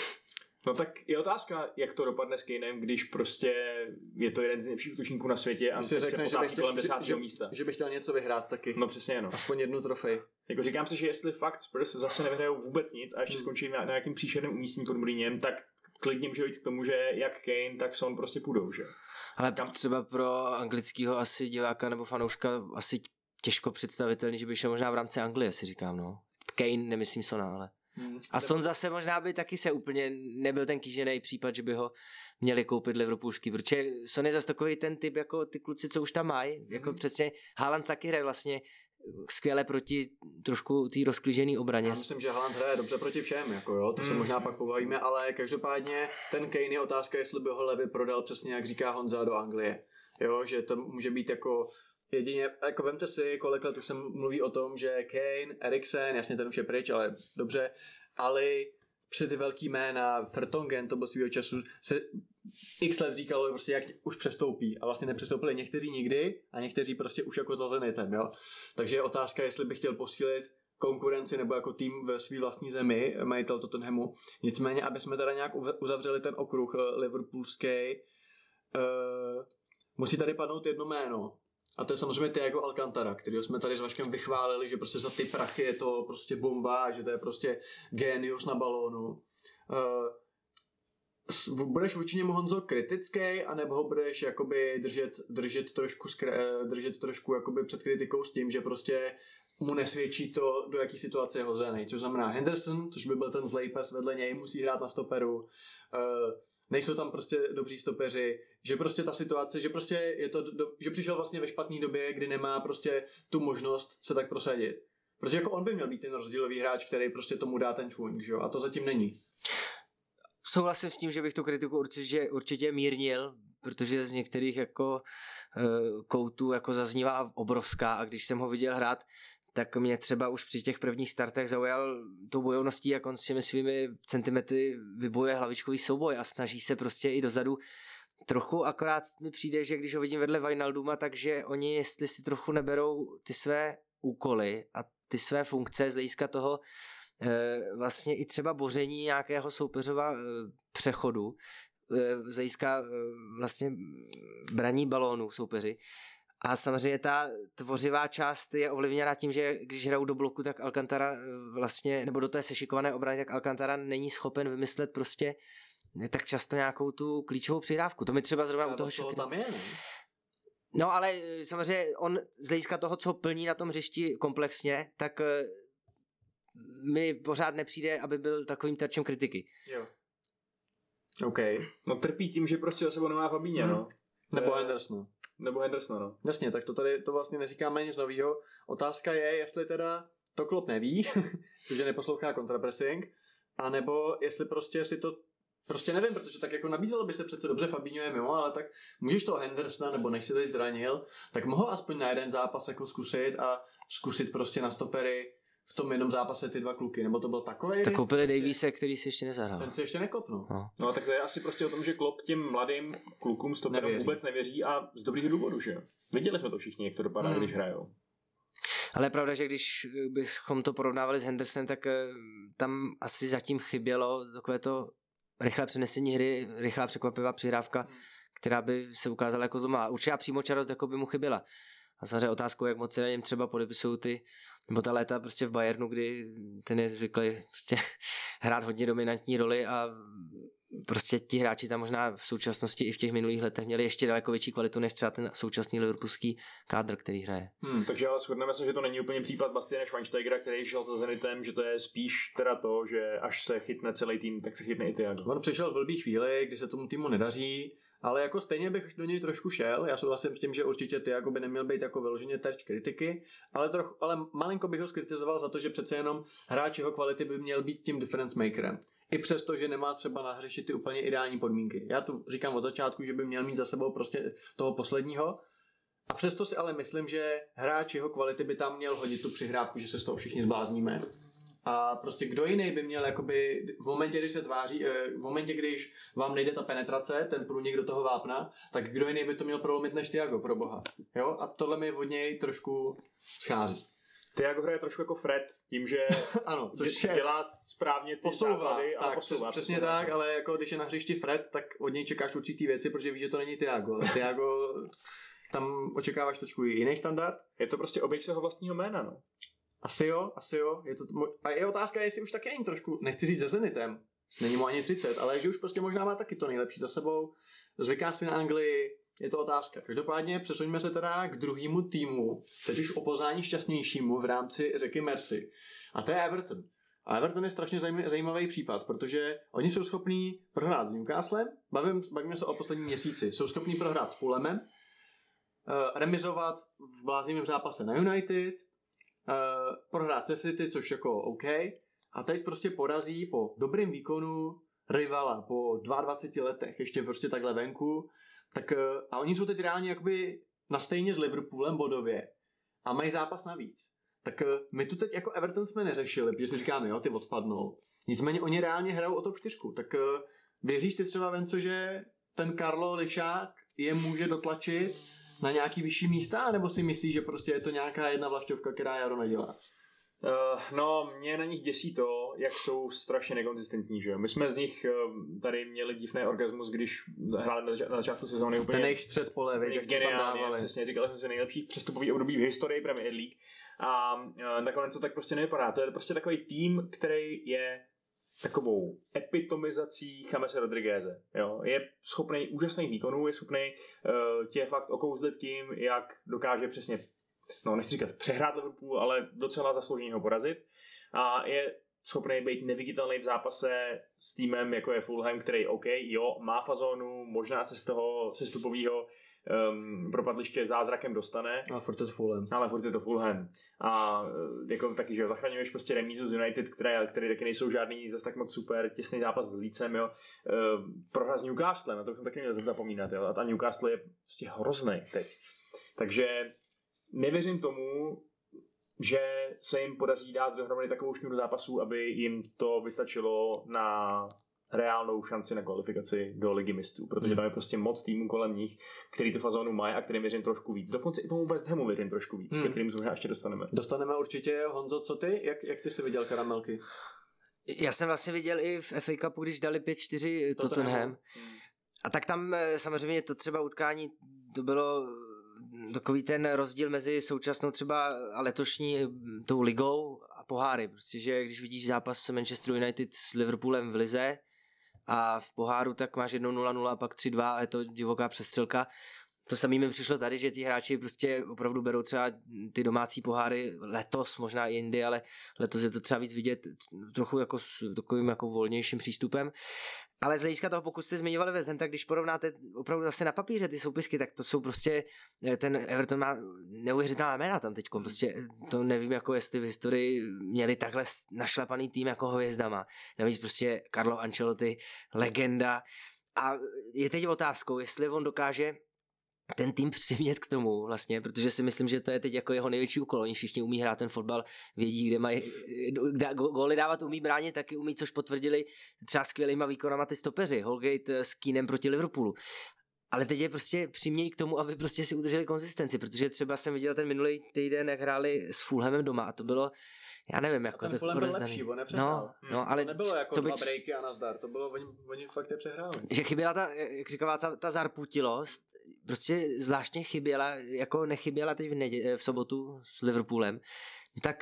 No tak je otázka, jak to dopadne s Kanem, když prostě je to jeden z nejlepších útočníků na světě a se řekne, kolem 10. místa. Že bych chtěl něco vyhrát taky. No přesně, no. Aspoň jednu trofej. Jako říkám si, že jestli fakt Spurs zase nevyhrajou vůbec nic a ještě skončí na nějakým příšerným umístění pod Mourinhem, tak klidně může jít k tomu, že jak Kane, tak Son prostě půjdou, že? Ale třeba pro anglického asi diváka nebo fanouška asi těžko představitelný, že by šel možná v rámci Anglie, si říkám, no. Kane, nemyslím Sona, ale. A Son zase možná by taky se úplně nebyl ten kýžený případ, že by ho měli koupit Liverpoolský, protože Son je zase takový ten typ jako ty kluci, co už tam mají, jako přesně Haaland taky hraje vlastně skvěle proti trošku té rozklížený obraně. Já myslím, že Haaland hraje dobře proti všem, jako jo, to se možná pak pobavíme, ale každopádně ten Kane je otázka, jestli by ho Levy prodal přesně, jak říká Honza, do Anglie. Jo, že to může být jako jedině, jako vemte si, kolik let už se mluví o tom, že Kane, Eriksen, jasně ten už je pryč, ale dobře, Ali, při ty velký jména, Vertonghen, to byl svýho času, se x let říkalo, prostě jak už přestoupí a vlastně nepřestoupili někteří nikdy a někteří prostě už jako za Zenitem, jo. Takže je otázka, jestli by chtěl posílit konkurenci nebo jako tým ve své vlastní zemi, majitel Tottenhamu. Nicméně, aby jsme teda nějak uzavřeli ten okruh liverpoolský, musí tady padnout jedno jméno. A to je samozřejmě Thiago Alcantara, kterýho jsme tady s Vaškem vychválili, že prostě za ty prachy je to prostě bomba, že to je prostě génius na balónu. Budeš vůči němu, Honzo, kritický, anebo ho budeš jakoby držet trošku jakoby před kritikou s tím, že prostě mu nesvědčí to, do jaký situace je hozený. Což znamená Henderson, což by byl ten zlej pes vedle něj, musí hrát na stoperu. Nejsou tam prostě dobří stopeři, že prostě ta situace, že prostě je to, že přišel vlastně ve špatné době, kdy nemá prostě tu možnost se tak prosadit. Protože jako on by měl být ten rozdílový hráč, který prostě tomu dá ten švůň, že jo? A to zatím není. Souhlasím s tím, že bych tu kritiku určitě mírnil, protože z některých jako koutů jako zaznívá obrovská a když jsem ho viděl hrát, tak mě třeba už při těch prvních startech zaujal tou bojovností, jak on s těmi svými centimetry vybojuje hlavičkový souboj a snaží se prostě i dozadu. Trochu akorát mi přijde, že když ho vidím vedle Wijnalduma, takže oni jestli si trochu neberou ty své úkoly a ty své funkce z hlediska toho vlastně i třeba boření nějakého soupeřova přechodu, z hlediska vlastně braní balónů soupeři. A samozřejmě ta tvořivá část je ovlivněna tím, že když hrajou do bloku, tak Alcantara vlastně, nebo do té sešikované obrany, tak Alcantara není schopen vymyslet prostě tak často nějakou tu klíčovou přihrávku. To mi třeba zrovna u toho šokuje. Tam je, ne? No ale samozřejmě on z hlediska toho, co plní na tom hřišti komplexně, tak mi pořád nepřijde, aby byl takovým terčem kritiky. Jo. OK. No trpí tím, že prostě za sebou nemá Fabíně, no. Nebo Henderson. Nebo Henderson, no. Jasně, tak to tady to vlastně neříkáme nic novýho. Otázka je, jestli teda to Klopp neví, že neposlouchá kontrapressing, anebo jestli prostě si to prostě nevím, protože tak jako nabízelo by se přece dobře, Fabinho je mimo, ale tak můžeš toho Hendersona, nebo nech si teď zranil, tak mohl aspoň na jeden zápas jako zkusit a zkusit prostě na stopery v tom jednom zápase ty dva kluky, nebo to byl takovej? Tak koupili Daviese, který si ještě nezahrál. Ten si ještě nekopnul. No tak to je asi prostě o tom, že Klopp těm mladým klukům stoperům vůbec nevěří a z dobrých důvodů, že jo. Viděli jsme to všichni, jak to dopadá, když hrajou. Ale je pravda, že když bychom to porovnávali s Hendersonem, tak tam asi zatím chybělo takové to rychlé přenesení hry, rychlá překvapivá přihrávka, která by se ukázala jako zlomá. Určitá přímočarost jako by mu chyběla. A samozřejmě otázkou, jak moc se na něm třeba podepisují nebo ta léta prostě v Bayernu, kdy ten je zvyklý prostě hrát hodně dominantní roli a prostě ti hráči tam možná v současnosti i v těch minulých letech měli ještě daleko větší kvalitu než třeba ten současný liverpoolský kádr, který hraje. Takže ale shodneme se, že to není úplně případ Bastiana Schweinsteigera, který šel za Zenitem, že to je spíš teda to, že až se chytne celý tým, tak se chytne i Thiago. On přišel v blbý chvíli, kdy se tomu týmu nedaří, ale jako stejně bych do něj trošku šel. Já souhlasím s tím, že určitě Thiago by neměl být jako vyloženě terč kritiky, ale malinko bych ho skritizoval za to, že přece jenom hráč jeho kvality by měl být tím difference makerem. I přesto, že nemá třeba nahřešit ty úplně ideální podmínky. Já tu říkám od začátku, že by měl mít za sebou prostě toho posledního. A přesto si ale myslím, že hráč jeho kvality by tam měl hodit tu přihrávku, že se z toho všichni zblázníme. A prostě kdo jiný by měl jakoby v momentě, když se tváří, v momentě, když vám nejde ta penetrace, ten průnik do toho vápna, tak kdo jiný by to měl prolomit než Thiago, pro boha. Jo? A tohle mi od něj trošku schází. Thiago hraje trošku jako Fred, tím, že ano, což dělá správně ty základy a posouvá. Přesně tak, ale jako když je na hřišti Fred, tak od něj čekáš určitý věci, protože víš, že to není Thiago. Ale Thiago, tam očekáváš trošku jiný standard. Je to prostě oběť svého vlastního jména, no. Asi jo. A je otázka, jestli už taky není trošku, nechci říct se Zenitem, není mu ani 30, ale že už prostě možná má taky to nejlepší za sebou, zvyká si na Anglii, je to otázka. Každopádně přesuňme se teda k druhému týmu, teď už o poznání šťastnějšímu v rámci řeky Mersey. A to je Everton. A Everton je strašně zajímavý případ, protože oni jsou schopní prohrát s Newcastlem, bavíme se o posledním měsíci, jsou schopní prohrát s Fulhamem, remizovat v bláznivém zápase na United, prohrát se City, což jako OK, a teď prostě porazí po dobrým výkonu rivala po 22 letech, ještě prostě takhle venku, tak a oni jsou teď reálně jakoby na stejně s Liverpoolem bodově a mají zápas navíc. Tak my tu teď jako Everton jsme neřešili, protože si říkáme, jo, ty odpadnou. Nicméně oni reálně hrajou o top 4. Tak věříš ty třeba, Venco, že ten Karlo Lišák je může dotlačit na nějaký vyšší místa, nebo si myslíš, že prostě je to nějaká jedna vlašťovka, která jaro nedělá? No, mě na nich děsí to, jak jsou strašně nekonzistentní, že jo. My jsme z nich tady měli divný orgasmus, když hráli na začátku sezóny úplně... Ten jejich střed pole, jak jste tam dávali. Přesně, říkali jsme si nejlepší přestupový období v historii Premier League a nakonec to tak prostě nevypadá. To je prostě takový tým, který je takovou epitomizací Chamese Rodrigueze. Jo? Je schopný úžasných výkonů, je schopný tě fakt okouzlit tím, jak dokáže přesně, no nechci říkat přehrát Liverpool, ale docela zaslouženě ho porazit. A je schopný být neviditelný v zápase s týmem, jako je Fulham, který OK, jo, má fazónu, možná se z toho sestupového propadliště zázrakem dostane. Ale furt je to Fulham. A jako taky, že jo, zachraňuješ prostě remízu z United, který taky nejsou žádný zase tak moc super, těsný zápas s Leedsem, jo. Prohra s Newcastlem, na to bychom taky měli zapomínat, jo. A ta Newcastle je prostě hrozný teď. Takže nevěřím tomu, že se jim podaří dát dohromady takovou šňůru zápasů, aby jim to vystačilo na reálnou šanci na kvalifikaci do Ligy mistrů, protože tam je prostě moc týmů kolem nich, který tu fazónu mají a kterým věřím trošku víc. Dokonce i tomu West Hamu věřím trošku víc, ke kterým se možná ještě dostaneme. Dostaneme určitě. Honzo, co ty? Jak ty jsi viděl karamelky? Já jsem vlastně viděl i v FA Cupu, když dali 5-4 Tottenham. A tak tam samozřejmě to třeba utkání, to bylo takový ten rozdíl mezi současnou třeba a letošní tou ligou a poháry. Prostě, že když vidíš zápas Manchester United s Liverpoolem v lize a v poháru tak máš jednou 0-0 a pak 3-2 a je to divoká přestřelka, To samý mi přišlo tady, že ti hráči prostě opravdu berou třeba ty domácí poháry letos, možná i jindy, ale letos je to třeba víc vidět trochu jako s takovým jako volnějším přístupem. Ale z hlediska toho, pokud jste zmiňovali West Ham, tak když porovnáte opravdu zase na papíře ty soupisky, tak to jsou prostě, ten Everton má neuvěřitelná jména tam teďko, prostě to nevím, jako jestli v historii měli takhle našlapaný tým jako hvězdama. Navíc prostě Carlo Ancelotti, legenda. A je teď otázkou, jestli on dokáže ten tým přimět k tomu vlastně, protože si myslím, že to je teď jako jeho největší úkol. Oni všichni umí hrát ten fotbal, vědí, kde mají góly dávat, umí bránit, taky umí, což potvrdili třeba skvělýma výkonama ty stopeři, Holgate s Keenem proti Liverpoolu. Ale teď je prostě přimějí k tomu, aby prostě si udrželi konzistenci, protože třeba jsem viděl ten minulý týden, jak hráli s Fulhamem doma a to bylo, já nevím, jako ten Fulham byl lepší, on nepřehrál. No, ale to nebylo jako to dva breaky a nazdar, to bylo, oni fakt je přehráli. Že chyběla ta, jak říkala, ta zarputilost, prostě zvláštně chyběla, jako nechyběla teď v sobotu s Liverpoolem, tak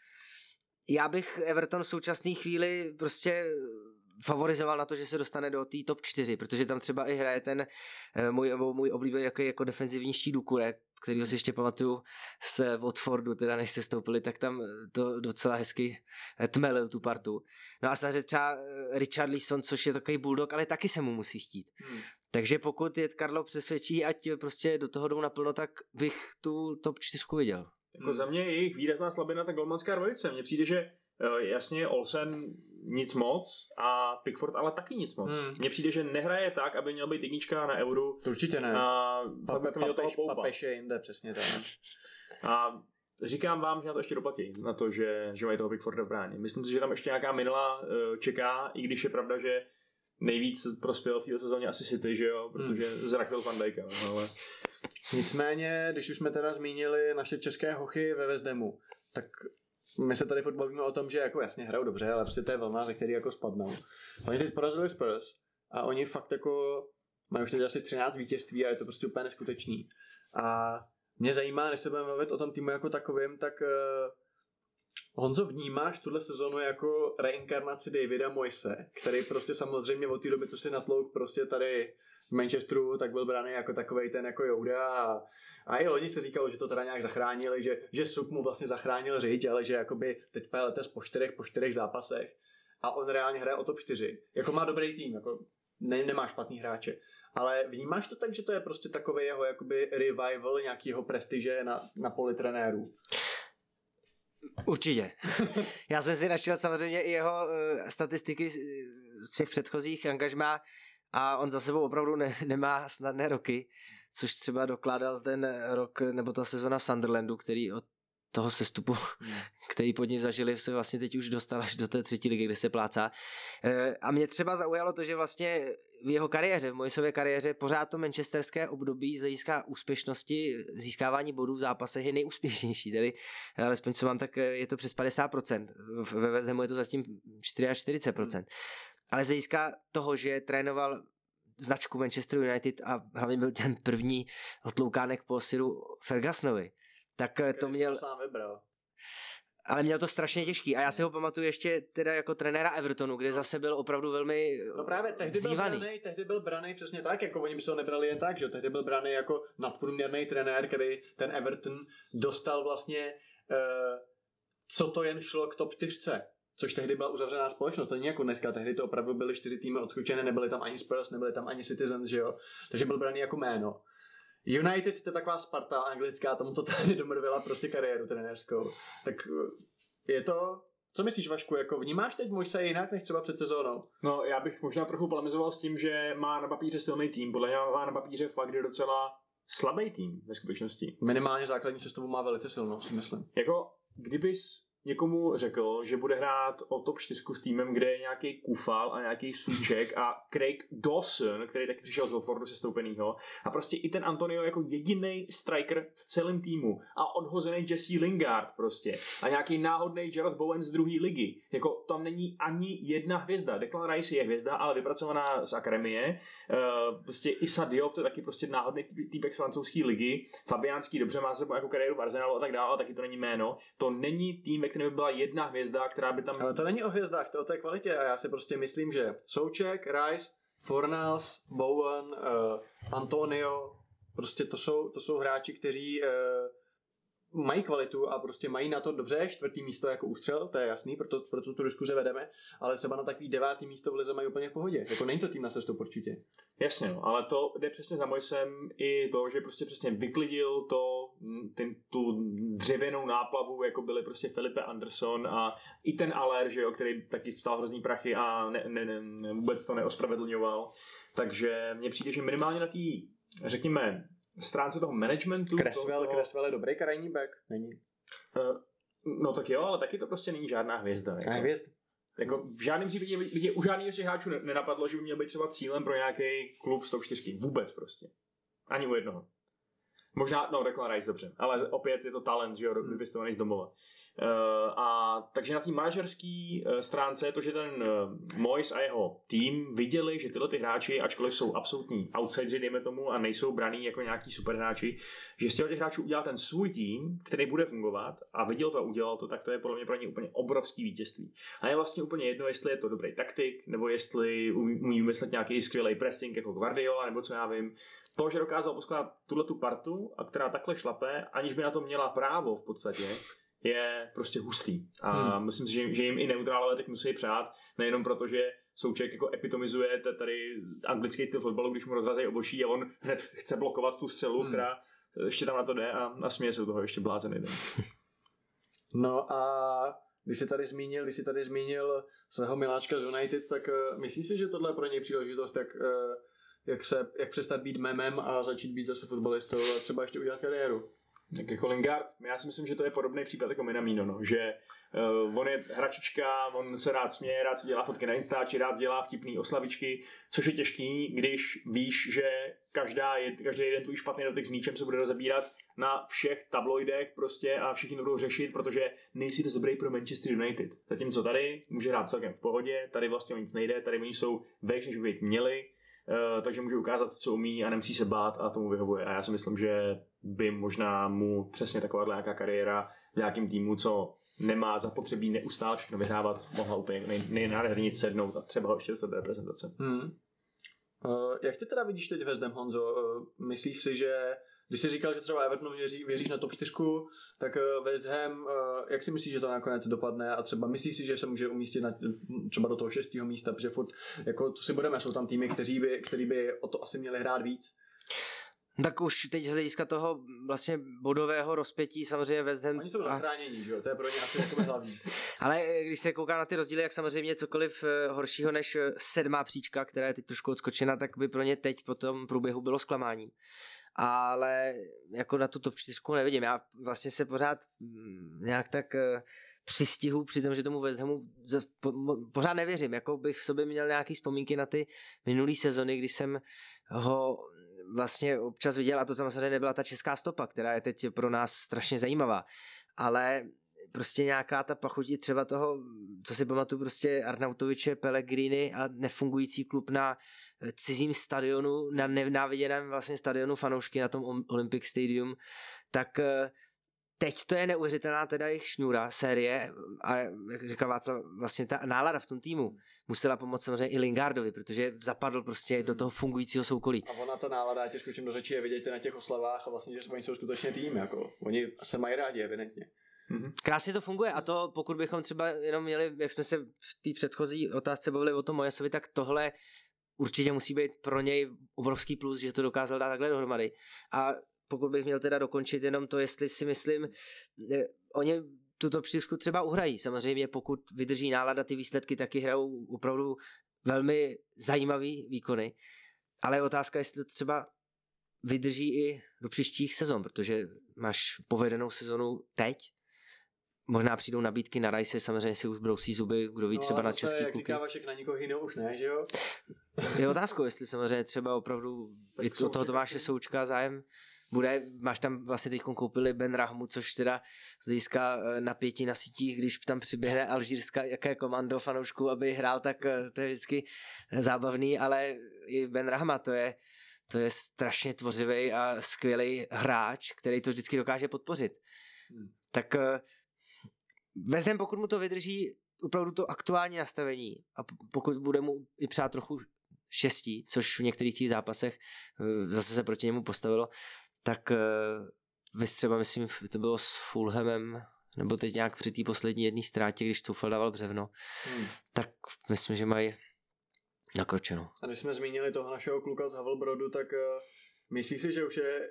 já bych Everton v současné chvíli prostě favorizoval na to, že se dostane do té top 4, protože tam třeba i hraje ten můj oblíbený jako defenzivní štít Doucouré, kterýho si ještě pamatuju z Watfordu, teda než se stoupili, tak tam to docela hezky tmelil tu partu. No a samozřejmě třeba Richarlison, což je takový bulldog, ale taky se mu musí chtít. Takže pokud je Karlo přesvědčí, ať prostě do toho jdou naplno, tak bych tu top 4 viděl. Jako za mě je jejich výrazná slabina ta golmanská dvojice. Mně přijde, že jasně Olsen nic moc a Pickford ale taky nic moc. Mně přijde, že nehraje tak, aby měl být jednička na Euru. To určitě ne. A Papež je jinde, přesně tak. A říkám vám, že na to ještě doplatí, na to, že mají toho Pickforda v bráně. Myslím si, že tam ještě nějaká minula čeká, i když je pravda, že nejvíc prospěl v této sezóně asi City, že jo, protože zraknul Van Dijka, ale... Nicméně, když už jsme teda zmínili naše české hochy ve West Hamu, tak my se tady furt bavíme o tom, že jako jasně hrajou dobře, ale prostě to je vlna, ze který jako spadnou. Oni teď porazili Spurs a oni fakt jako mají už teď asi 13 vítězství a je to prostě úplně neskutečný. A mě zajímá, než se budeme mluvit o tom týmu jako takovým, tak Honzo, vnímáš tuhle sezonu jako reinkarnaci Davida Moyse, který prostě samozřejmě od té doby, co si natlouk prostě tady v Manchesteru, tak byl braný jako takovej ten jako Jouda a i loni se říkalo, že to teda nějak zachránili, že Suk mu vlastně zachránil řiď, ale že jakoby teď letes po čtyřech zápasech a on reálně hraje o top 4. Jako má dobrý tým, jako nemá špatný hráče. Ale vnímáš to tak, že to je prostě takový jeho jakoby revival nějakého prestiže na poli trenérů? Určitě. Já jsem si našel samozřejmě i jeho statistiky z těch předchozích angažmá a on za sebou opravdu nemá snadné roky, což třeba dokládal ten rok nebo ta sezona v Sunderlandu, který od toho sestupu, který pod ním zažili, se vlastně teď už dostal až do té 3. ligy, kde se plácá. A mě třeba zaujalo to, že vlastně v jeho kariéře, v Moyesově kariéře, pořád to manchesterské období z hlediska úspěšnosti získávání bodů v zápasech je nejúspěšnější. Tedy, alespoň co mám, tak je to přes 50%. Ve West Hamu je to zatím 44%. Ale z hlediska toho, že trénoval značku Manchester United a hlavně byl ten první otloukánek po Siru Fergusonovi, tak to měl... sám vybral. Ale měl to strašně těžký a já si ho pamatuju ještě teda jako trenéra Evertonu, kde zase byl opravdu velmi právě tehdy byl braný přesně tak, jako oni by se ho nebrali jen tak, že tehdy byl braný jako nadprůměrný trenér, který ten Everton dostal vlastně co to jen šlo k top 4, což tehdy byla uzavřená společnost, to není jako dneska, tehdy to opravdu byly 4 týmy odskočené, nebyly tam ani Spurs, nebyly tam ani Citizens, že jo, takže byl braný jako jméno. United, to je taková Sparta anglická, tomu totálně domrvila prostě kariéru trenérskou. Tak je to... Co myslíš, Vašku, jako vnímáš teď Moyse jinak než třeba před sezónou? No, já bych možná trochu polemizoval s tím, že má na papíře silný tým, podle mě má na papíře fakt je docela slabý tým ve skutečnosti. Minimálně základní sestavu má velice silnou, si myslím. Jako, kdybys někomu řekl, že bude hrát o top 4 s týmem, kde je nějaký Kufal a nějaký Souček a Craig Dawson, který taky přišel z Watfordu sestoupenýho a prostě i ten Antonio jako jediný striker v celém týmu a odhozený Jesse Lingard prostě a nějaký náhodný Jarrod Bowen z 2. ligy. Jako tam není ani jedna hvězda. Declan Rice je hvězda, ale vypracovaná z akademie. Prostě Issa Diop, to je taky prostě náhodný týpek z francouzské ligy. Fabiánský dobře má sebou jako kariéru v Arsenalu a tak dále, ale taky to není jméno. To není tým, který by byla jedna hvězda, která by tam... Ale to není o hvězdách, to o té kvalitě a já si prostě myslím, že Souček, Rice, Fornals, Bowen, Antonio, prostě to jsou hráči, kteří mají kvalitu a prostě mají na to dobře, 4. místo jako ústřel, to je jasný, proto tu diskuze vedeme, ale třeba na takový 9. místo v lize mají úplně v pohodě. Jako není to tým na sestup určitě. Jasně, no, ale to jde přesně za Moisem i to, že prostě přesně vyklidil tu dřevěnou náplavu, jako byli prostě Felipe Anderson a i ten Aller, že jo, který taky stál hrozný prachy a vůbec to neospravedlňoval. Takže mně přijde, že minimálně na té, řekněme, stránce toho managementu. Cresswell je dobrý krajní back, není? No tak jo, ale taky to prostě není žádná hvězda. Jako v žádném případě u žádného z těch hráčů nenapadlo, že by měl být třeba cílem pro nějaký klub z top 4. Vůbec prostě. Ani u jednoho. Možná, Declan Rice, dobře, ale opět je to talent, že jo, vypěstovaný z domova. A takže na té manažerské stránce je to, že ten Moyes a jeho tým viděli, že tyhle ty hráči, ačkoliv jsou absolutní outsideri, dejme tomu, a nejsou braný jako nějaký superhráči, že z těch hráčů udělal ten svůj tým, který bude fungovat a viděl to a udělal to, tak to je podle mě pro ně úplně obrovský vítězství. A je vlastně úplně jedno, jestli je to dobrý taktik, nebo jestli umí vymyslet nějaký skvělý pressing jako Guardiola, nebo co já vím. To, že dokázal poskládat tuhletu partu, a která takhle šlape, aniž by na to měla právo v podstatě, je prostě hustý. A myslím si, že jim i neutrálové teď musí přát, nejenom proto, že Souček jako epitomizuje tady anglický styl fotbalu, když mu rozrazejí obočí a on hned chce blokovat tu střelu, která ještě tam na to jde a směje se u toho ještě blázený. No a když jsi tady zmínil svého miláčka z United, tak myslíš si, že tohle je pro něj příležitost, jak přestat být memem a začít být zase fotbalistou a třeba ještě udělat kariéru? Tak jako Lingard, já si myslím, že to je podobný případ jako Minamino, no, že on je hračička, on se rád směje, rád si dělá fotky na Instači, rád dělá vtipný oslavičky, což je těžký, když víš, že každý jeden tvůj špatný dotyk s míčem se bude rozebírat na všech tabloidech prostě a všichni to budou řešit, protože nejsi dost dobrý pro Manchester United. Zatímco tady může hrát celkem v pohodě, tady vlastně o nic nejde, tady oni jsou vejš, než by být měli, takže může ukázat, co umí a nemusí se bát a tomu vyhovuje. A já si myslím, že by možná mu přesně takováhle nějaká kariéra v nějakém týmu, co nemá zapotřebí neustále všechno vyhrávat, mohla úplně nejnádherně sednout a třeba ho ještě dostat do reprezentace. Jak ty teda vidíš teď West Ham, Honzo? Myslíš si, že když jsi říkal, že třeba Evertonu věříš na top 4, tak West Ham, jak si myslíš, že to nakonec dopadne a třeba myslíš si, že se může umístit třeba do toho 6. místa, protože furt, jako to si budeme, jsou tam týmy, který by o to asi měli hrát víc. Tak už teď z hlediska toho vlastně bodového rozpětí samozřejmě West Ham... Oni jsou zachránění, že jo? To je pro ně asi takové hlavní. Ale když se kouká na ty rozdíly, jak samozřejmě cokoliv horšího než 7. příčka, která je teď trošku odskočena, tak by pro ně teď po tom průběhu bylo zklamání. Ale jako na tu top 4 nevidím. Já vlastně se pořád nějak tak přistihu při tom, že tomu West Hamu pořád nevěřím. Jako bych v sobě měl nějaký vzpomínky na ty minulý sezony, kdy jsem ho vlastně občas viděl, a to samozřejmě nebyla ta česká stopa, která je teď pro nás strašně zajímavá, ale prostě nějaká ta pachutí třeba toho, co si pamatuju, prostě Arnautoviče, Pellegrini a nefungující klub na cizím stadionu, na nenáviděném vlastně stadionu fanoušky na tom Olympic Stadium, tak teď to je neuvěřitelná teda jejich šňůra, série a jak říká Václav, vlastně ta nálada v tom týmu musela pomoct samozřejmě i Lingardovi, protože zapadl prostě do toho fungujícího soukolí. A ona ta nálada, těžko čím do řeči, je vidět na těch oslavách a vlastně, že oni jsou skutečně tým, jako oni se mají rádi, evidentně. Krásně to funguje a to, pokud bychom třeba jenom měli, jak jsme se v té předchozí otázce bavili o tom Moyesovi, tak tohle určitě musí být pro něj obrovský plus, že to dokázal dát takhle dohromady. A pokud bych měl teda dokončit jenom to, jestli si myslím, oni tuto příčku třeba uhrají. Samozřejmě pokud vydrží nálada, ty výsledky taky hrajou opravdu velmi zajímavý výkony. Ale je otázka, jestli to třeba vydrží i do příštích sezon, protože máš povedenou sezonu teď. Možná přijdou nabídky na Rice, samozřejmě si už brousí zuby, kdo ví, třeba na český kluky. Jak říká Vašek, na nikoho jiného už ne, že jo? Je otázkou, jestli samozřejmě třeba opravdu i toho Tomáše Součka zájem bude. Máš tam vlastně teď koupili Ben Rahmu, což teda z hlediska napětí na sítích, když tam přiběhne alžírská jaké komando fanoušků, aby hrál, tak to je vždycky zábavný, ale i Ben Rahma, to je strašně tvořivý a skvělý hráč, který to vždycky dokáže podpořit. Tak West Ham, pokud mu to vydrží opravdu to aktuální nastavení a pokud bude mu i přát trochu štěstí, což v některých těch zápasech zase se proti němu postavilo, tak vys třeba, myslím, to bylo s Fulhamem, nebo teď nějak při té poslední jedné ztrátě, když Tuchel dával břevno, tak myslím, že mají nakročeno. A když jsme zmínili toho našeho kluka z Havelbrodu, tak myslíš si,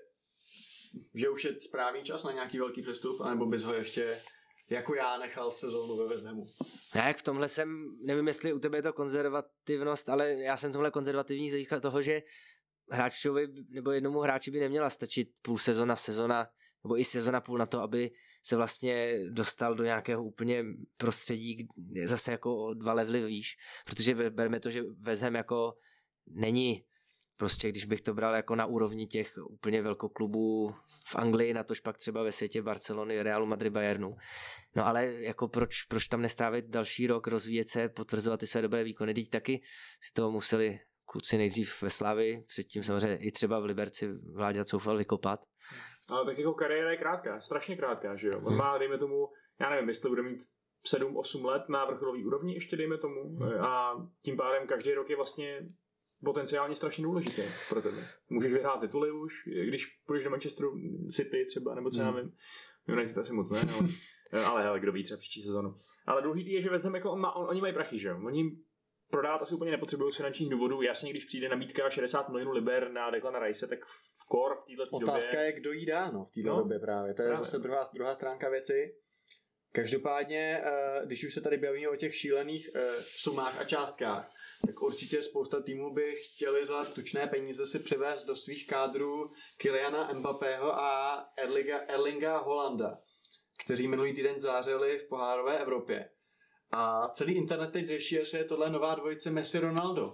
že už je správný čas na nějaký velký přestup, anebo bys ho ještě jako já nechal sezónu ve West Hamu? Já jak v tomhle nevím, jestli u tebe je to konzervativnost, ale já jsem tomhle konzervativní z hlediska toho, že hráčovi nebo jednomu hráči by neměla stačit půl sezona, nebo i sezona půl na to, aby se vlastně dostal do nějakého úplně prostředí zase jako o 2 levely výš, protože berme to, že West Ham jako není prostě, když bych to bral jako na úrovni těch úplně velkoklubů v Anglii, natož pak třeba ve světě Barcelony, Realu Madrid, Bayernu. No ale jako proč tam nestrávit další rok, rozvíjet se, potvrzovat ty své dobré výkony, teď taky si to museli kluci nejdřív ve Slavii, předtím samozřejmě i třeba v Liberci Vláďa Coufal vykopat. Ale tak jako kariéra je krátká, strašně krátká, že jo. On má, dejme tomu, já nevím, jestli bude mít 7-8 let na vrcholový úrovni ještě, dejme tomu, a tím pádem každý rok je vlastně potenciálně strašně důležitý pro tebe. Můžeš vyhrát tituly už, když půjdeš do Manchesteru City třeba, nebo co já vím. United asi moc ne, ale hele, kdo ví, třeba příští sezonu. Ale důležitý je, že West Ham jako oni mají prachy, že jo. Oni prodávat asi úplně nepotřebují z finančních důvodů. Jasně, když přijde nabídka 60 milionů liber na Declana Rice, tak v této době... Otázka je, kdo jí dá, v této době právě. To je zase druhá stránka věci. Každopádně, když už se tady bavíme o těch šílených sumách a částkách, tak určitě spousta týmů by chtěli za tučné peníze si přivést do svých kádrů Kyliana Mbappého a Erlinga Holanda, kteří minulý týden zářili v pohárové Evropě. A celý internet teď řeší, jestli je tohle nová dvojice Messi-Ronaldo.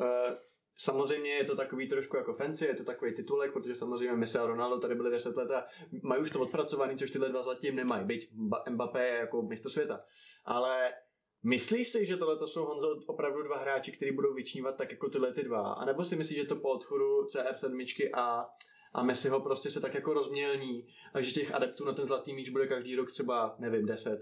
Samozřejmě je to takový trošku jako fancy, je to takový titulek, protože samozřejmě Messi a Ronaldo tady byli 10 let a mají už to odpracovaný, což tyhle dva zatím nemají. Byť Mbappé je jako mistr světa. Ale myslíš si, že tohle jsou, Honzo, opravdu dva hráči, kteří budou vyčnívat tak jako tyhle ty dva? A nebo si myslíš, že to po odchodu CR7 a Messiho prostě se tak jako rozmělní a že těch adeptů na ten zlatý míč bude každý rok třeba, nevím, 10?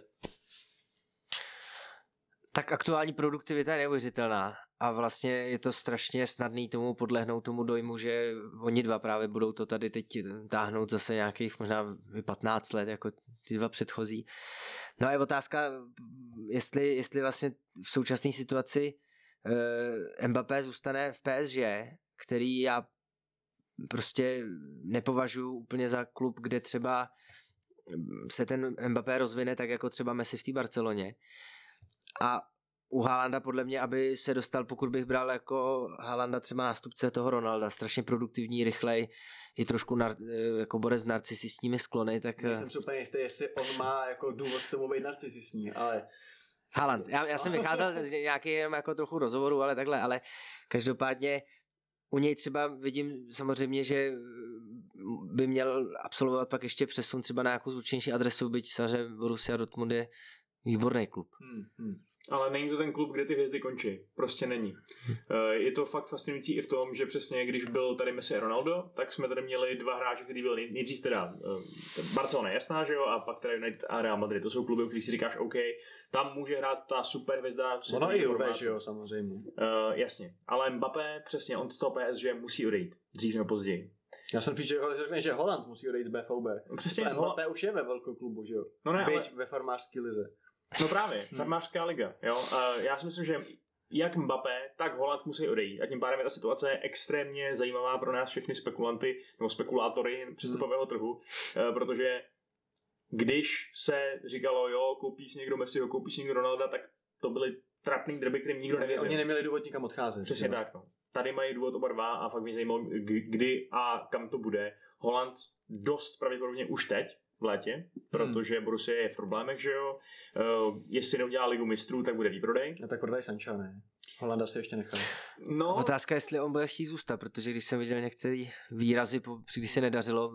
Tak aktuální produktivita je neuvěřitelná a vlastně je to strašně snadný tomu podlehnout tomu dojmu, že oni dva právě budou to tady teď táhnout zase nějakých možná 15 let, jako ty dva předchozí. No a je otázka, jestli vlastně v současné situaci Mbappé zůstane v PSG, který já prostě nepovažuji úplně za klub, kde třeba se ten Mbappé rozvine tak jako třeba Messi v té Barceloně. A u Haalanda podle mě, aby se dostal, pokud bych bral jako Haalanda třeba nástupce toho Ronalda, strašně produktivní, rychlej, i trošku jako borec s narcisistními sklony, tak... Nejsem si úplně jistý, jestli on má jako důvod k tomu být narcisistní, ale... Haaland, já jsem vycházel z nějaký jenom jako trochu rozhovoru, ale takhle, ale každopádně u něj třeba vidím samozřejmě, že by měl absolvovat pak ještě přesun třeba na nějakou zvučnější adresu, byť samozřejmě Borussia Dortmund je výborný klub. Ale není to ten klub, kde ty hvězdy končí. Prostě není. Je to fakt fascinující i v tom, že přesně když byl tady Messi a Ronaldo, tak jsme tady měli dva hráče, kteří byli nejdřív teda Barcelona, jasná, že jo, a pak teda United a Real Madrid. To jsou kluby, o kterých si říkáš, OK, tam může hrát ta super hvězda. Ono i Juve, že jo, samozřejmě. Jasně. Ale Mbappé, přesně, on z toho PSG musí odejít. Dřív nebo později. Já jsem píš, že Holland musí odejít z BVB. Přesně. Mbappé už je ve velkou klubu, že jo. No ne, byť ve farmářské lize. No právě, farmářská liga, jo. Já si myslím, že jak Mbappé, tak Holland musí odejít. A tím pádem je ta situace extrémně zajímavá pro nás všechny spekulanty nebo spekulátory přestupového trhu, protože když se říkalo, jo, koupí si někdo Messiho, koupí si někdo Ronalda, tak to byly trapný drby, kterým nikdo nevěřil. Oni neměli důvod nikam odcházet. Přesně tak, no. Tady mají důvod oba dva a fakt mě zajímalo, kdy a kam to bude. Holland dost pravděpodobně už teď, v létě, protože Borussia je v problémech, že jo. Jestli neudělá ligu mistrů, tak bude výprodej. A tak prodaj Sancha, ne? Holanda si ještě nechal. No. Otázka, jestli on bude chtít zůstat, protože když jsem viděl některé výrazy, když se nedařilo,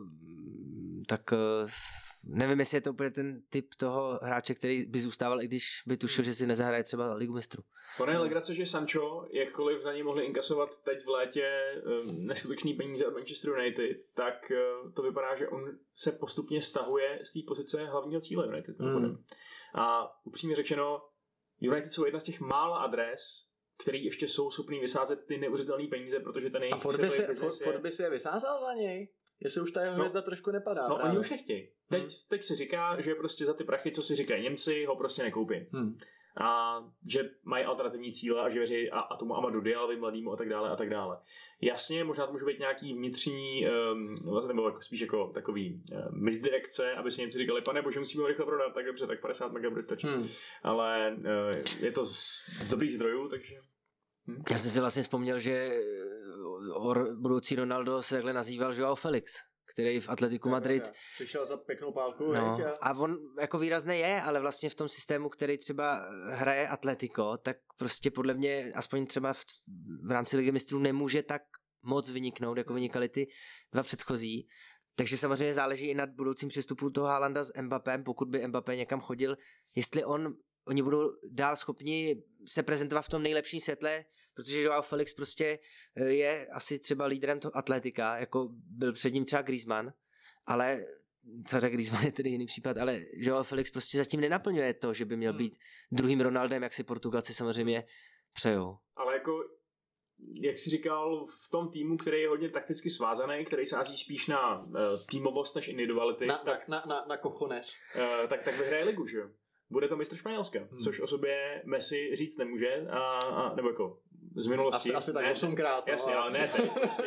tak nevím, jestli je to úplně ten typ toho hráče, který by zůstával, i když by tušil, že si nezahraje třeba ligu mistrů. Ono je legrace, že Sancho, jakkoliv za něj mohli inkasovat teď v létě neskutečný peníze od Manchester United, tak to vypadá, že on se postupně stahuje z té pozice hlavního cíle United. A upřímně řečeno, United jsou jedna z těch mála adres, který ještě jsou schopný vysázet ty neuvěřitelné peníze, protože ten jejich Ford by se je vysázal za něj? Jestli už ta jeho hvězda trošku nepadá. No oni už nechtějí. Teď se říká, že prostě za ty prachy, co si říkají Němci, ho prostě nekoupí. A že mají alternativní cíle a že věří a tomu Amadou Diallovi mladýmu a tak dále a tak dále. Jasně, možná to může být nějaký vnitřní, nebo jako spíš jako takový misdirekce, aby si Němci říkali, pane bože, musíme ho rychle prodat, tak dobře, tak 50 mega bude stačit. Ale je to z dobrých zdrojů, takže... Já jsem si vlastně vzpomněl, že budoucí Ronaldo se takhle nazýval Joao Felix, který v Atletiku Madrid přišel za pěknou pálku. A on jako výrazně je, ale vlastně v tom systému, který třeba hraje Atletico, tak prostě podle mě aspoň třeba v rámci Ligy mistrů nemůže tak moc vyniknout, jako vynikaly ty dva předchozí. Takže samozřejmě záleží i nad budoucím přístupu toho Haalanda s Mbappém, pokud by Mbappé někam chodil, jestli oni budou dál schopni se prezentovat v tom nejlepším světle, protože Joao Felix prostě je asi třeba lídrem toho Atletika, jako byl před ním třeba Griezmann, ale Griezmann je tedy jiný případ, ale Joao Felix prostě zatím nenaplňuje to, že by měl být druhým Ronaldem, jak si Portugalci samozřejmě přejou. Ale jako, jak jsi říkal, v tom týmu, který je hodně takticky svázaný, který sází spíš na týmovost než individuality, na cojones. Tak vyhraje ligu, že jo? Bude to mistr Španělska, což o sobě Messi říct nemůže, nebo jako z minulosti. Asi tak 8krát. Jasně, ale ne teď. Prostě.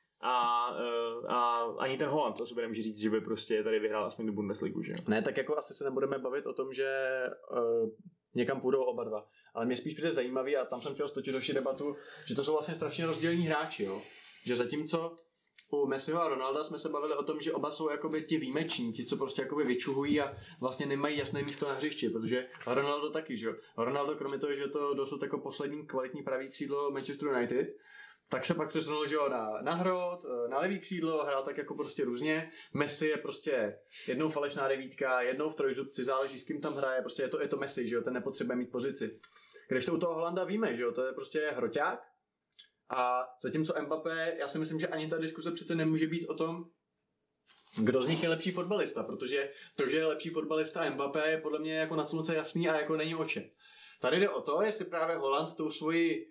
A ani ten Haaland o sobě nemůže říct, že by prostě tady vyhrál aspoň tu Bundesligu, že jo? Ne, tak jako asi se nebudeme bavit o tom, že někam půjdou oba dva. Ale mě spíš přijde zajímavý, a tam jsem chtěl stočit další debatu, že to jsou vlastně strašně rozdílní hráči, jo? Že zatímco u Messiho a Ronalda jsme se bavili o tom, že oba jsou jakoby ti výjimeční, ti, co prostě jakoby vyčuhují a vlastně nemají jasné místo na hřišti, protože Ronaldo taky, že jo. Ronaldo kromě toho, že je to dosud jako poslední kvalitní pravý křídlo Manchester United, tak se pak přesunul, že jo, na hrot, na levý křídlo, hrál tak jako prostě různě. Messi je prostě jednou falešná devítka, jednou v trojžupci, záleží s kým tam hraje, prostě je to Messi, že jo, ten nepotřebuje mít pozici. Když to u toho Holanda víme, že jo, to je prostě hroťák. A zatímco Mbappé, já si myslím, že ani ta diskuse přece nemůže být o tom, kdo z nich je lepší fotbalista, protože to, že je lepší fotbalista Mbappé, je podle mě jako nad slunce jasný a jako není o čem. Tady jde o to, jestli právě Haaland tou svojí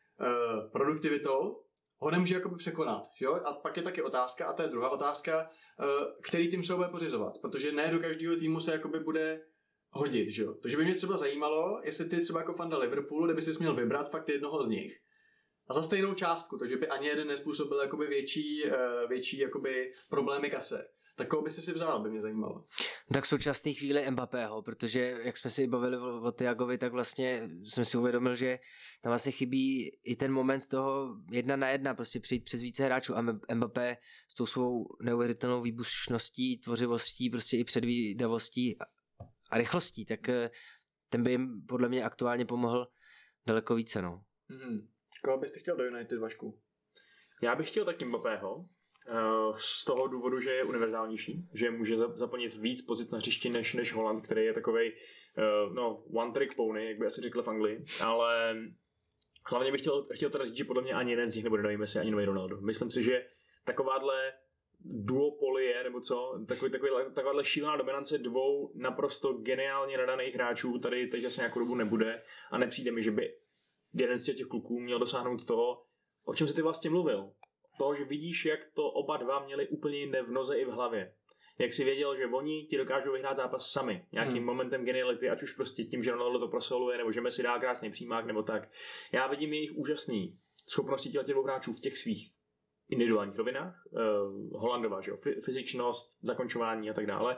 produktivitou ho nemůže jakoby překonat, jo? A pak je taky otázka, a to je druhá otázka, který tým se ho bude pořizovat, protože ne do každého týmu se jakoby bude hodit, že jo? Takže by mě třeba zajímalo, jestli ty třeba jako fanda Liverpoolu, kdyby si měl vybrat fakt jednoho z nich, a za stejnou částku, takže by ani jeden nespůsobil jakoby větší jakoby problémy kase. Tak koho by si vzal, by mě zajímalo. Tak v současné chvíli Mbappého, protože jak jsme si bavili o Thiagovi, tak vlastně jsem si uvědomil, že tam vlastně chybí i ten moment toho 1 na 1, prostě přijít přes více hráčů a Mbappé s tou svou neuvěřitelnou výbušností, tvořivostí, prostě i předvídavostí a rychlostí, tak ten by jim podle mě aktuálně pomohl daleko více, no. Koho byste chtěl do United, Vašku? Já bych chtěl taky Mbappého, z toho důvodu, že je univerzálnější, že může zaplnit víc pozic na hřišti než Haaland, který je takovej one trick pony, jak by asi řekl v Anglii, ale hlavně bych chtěl teda říct, že podle mě ani jeden z nich nebude nový Messi, ani nový Ronaldo. Myslím si, že takováhle duopolie, nebo co, takováhle šílená dominance dvou naprosto geniálně nadaných hráčů tady teď asi nějakou dobu nebude a nepřijde mi, že by jeden z těch kluků měl dosáhnout toho, o čem jsi ty vlastně mluvil. Toho, že vidíš, jak to oba dva měli úplně jinde v noze i v hlavě. Jak si věděl, že oni ti dokážou vyhrát zápas sami. Nějakým momentem geniality, ať už prostě tím, že Ronaldo to prosoluje, nebo že Messi dá krásný přímák, nebo tak. Já vidím jejich úžasný schopnosti těch dvou hráčů v těch svých individuálních rovinách. Holandová, že jo, fyzičnost, zakončování a tak dále.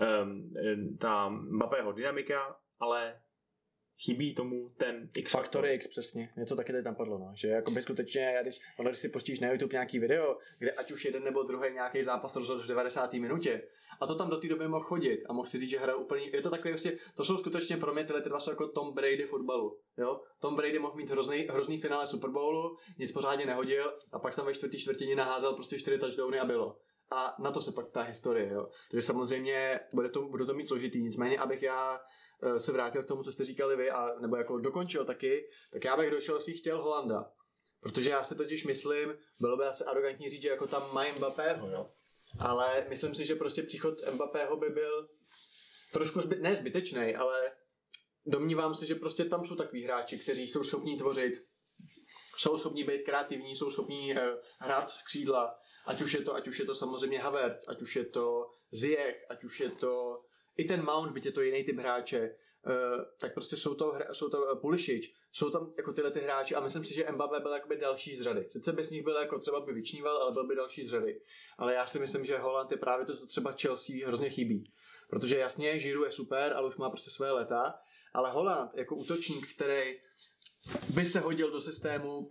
Ta Mbappého dynamika, ale chybí tomu ten X faktor. X, přesně. Mě to taky teď napadlo, no. Že jakoby skutečně, když si pustíš na YouTube nějaký video, kde ať už jeden nebo druhý nějaký zápas rozhodl v 90. minutě, a to tam do té doby mohl chodit a mohl si říct, že hraje úplně, je to takové vlastně, to jsou skutečně pro mě tyhle dva jsou jako Tom Brady fotbalu, jo. Tom Brady mohl mít hrozný finále Super Bowlu, nic pořádně nehodil a pak tam ve čtvrtině naházel prostě 4 touchdowny a bylo. A na to se pak ta historie, jo. Takže samozřejmě bude to mít složitý, nicméně abych já se vrátil k tomu, co jste říkali vy, a nebo jako dokončil taky, tak já bych do Chelsea chtěl Holanda. Protože já si totiž myslím, bylo by asi arrogantní říct, že jako tam mají Mbappého, jo. Ale myslím si, že prostě příchod Mbappého by byl trošku ne zbytečný, ale domnívám se, že prostě tam jsou takový hráči, kteří jsou schopní tvořit jsou schopní být kreativní, jsou schopní hrát z křídla, ať už je to samozřejmě Havertz, ať už je to Ziyech, ať už je to i ten Mount, byť je to jiný typ hráče, tak prostě jsou to Pulisic, jsou tam jako tyhle ty hráči a myslím si, že Mbappé byl jakoby další z řady. Sice bez nich byl jako třeba by vyčníval, ale byl by další z řady. Ale já si myslím, že Haaland je právě to, co třeba Chelsea hrozně chybí. Protože jasně, Giroud je super, ale už má prostě své léta, ale Haaland jako útočník, který by se hodil do systému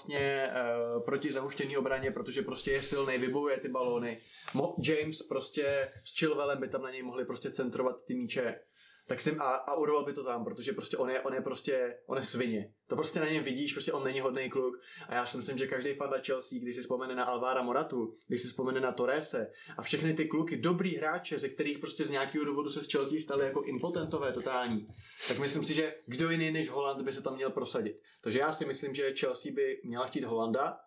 proti zahuštěný obraně, protože prostě je silný, vybojuje ty balóny. James prostě s Chilwellem by tam na něj mohli prostě centrovat ty míče. Tak jsem a urval by to tam, protože prostě on je svině. To prostě na něm vidíš, prostě on není hodnej kluk. A já si myslím, že každý fanda Chelsea, když si vzpomene na Alvára Moratu, když si vzpomene na Torrese a všechny ty kluky, dobrý hráče, ze kterých prostě z nějakého důvodu se z Chelsea stali jako impotentové totální, tak myslím si, že kdo jiný než Haaland by se tam měl prosadit. Takže já si myslím, že Chelsea by měla chtít Haalanda.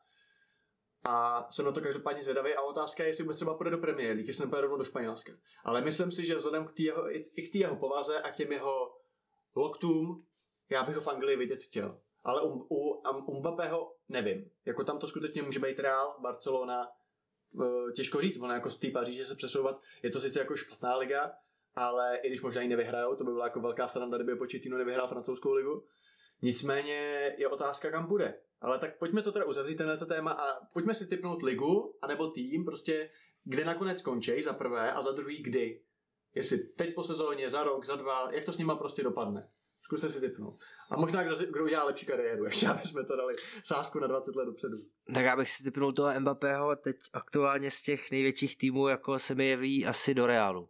A jsem na to každopádně zvědavý a otázka je, jestli bude třeba půjde do Premier League, jestli nepůjde rovnou do Španělska. Ale myslím si, že vzhledem k té jeho povaze a k těm jeho loktům, já bych ho v Anglii vidět chtěl. Ale u Mbappého nevím. Jako tam to skutečně může být Real, Barcelona, těžko říct, ono jako z té Paříže se přesouvat. Je to sice jako špatná liga, ale i když možná ji nevyhrajou, to by byla jako velká sranda, kdyby Pochettino nevyhrál francouzskou ligu. Nicméně je otázka, kam bude. Ale tak pojďme to teda uzavřít tenhle téma a pojďme si tipnout ligu, anebo tým, prostě kde nakonec skončí za prvé a za druhý kdy. Jestli teď po sezóně, za rok, za dva, jak to s nima prostě dopadne. Zkuste si tipnout. A možná kdo udělá lepší kariéru, ještě aby jsme to dali sázku na 20 let dopředu. Tak já bych si tipnul toho Mbappého teď aktuálně z těch největších týmů, jako se mi jeví asi do Realu.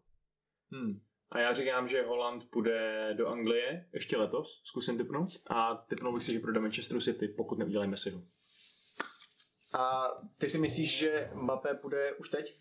A já říkám, že Haaland půjde do Anglie ještě letos, zkusím tipnout. A tipnul bych si, že půjde do Manchesteru City, pokud neudělají Messiho. A ty si myslíš, že Mbappé půjde už teď?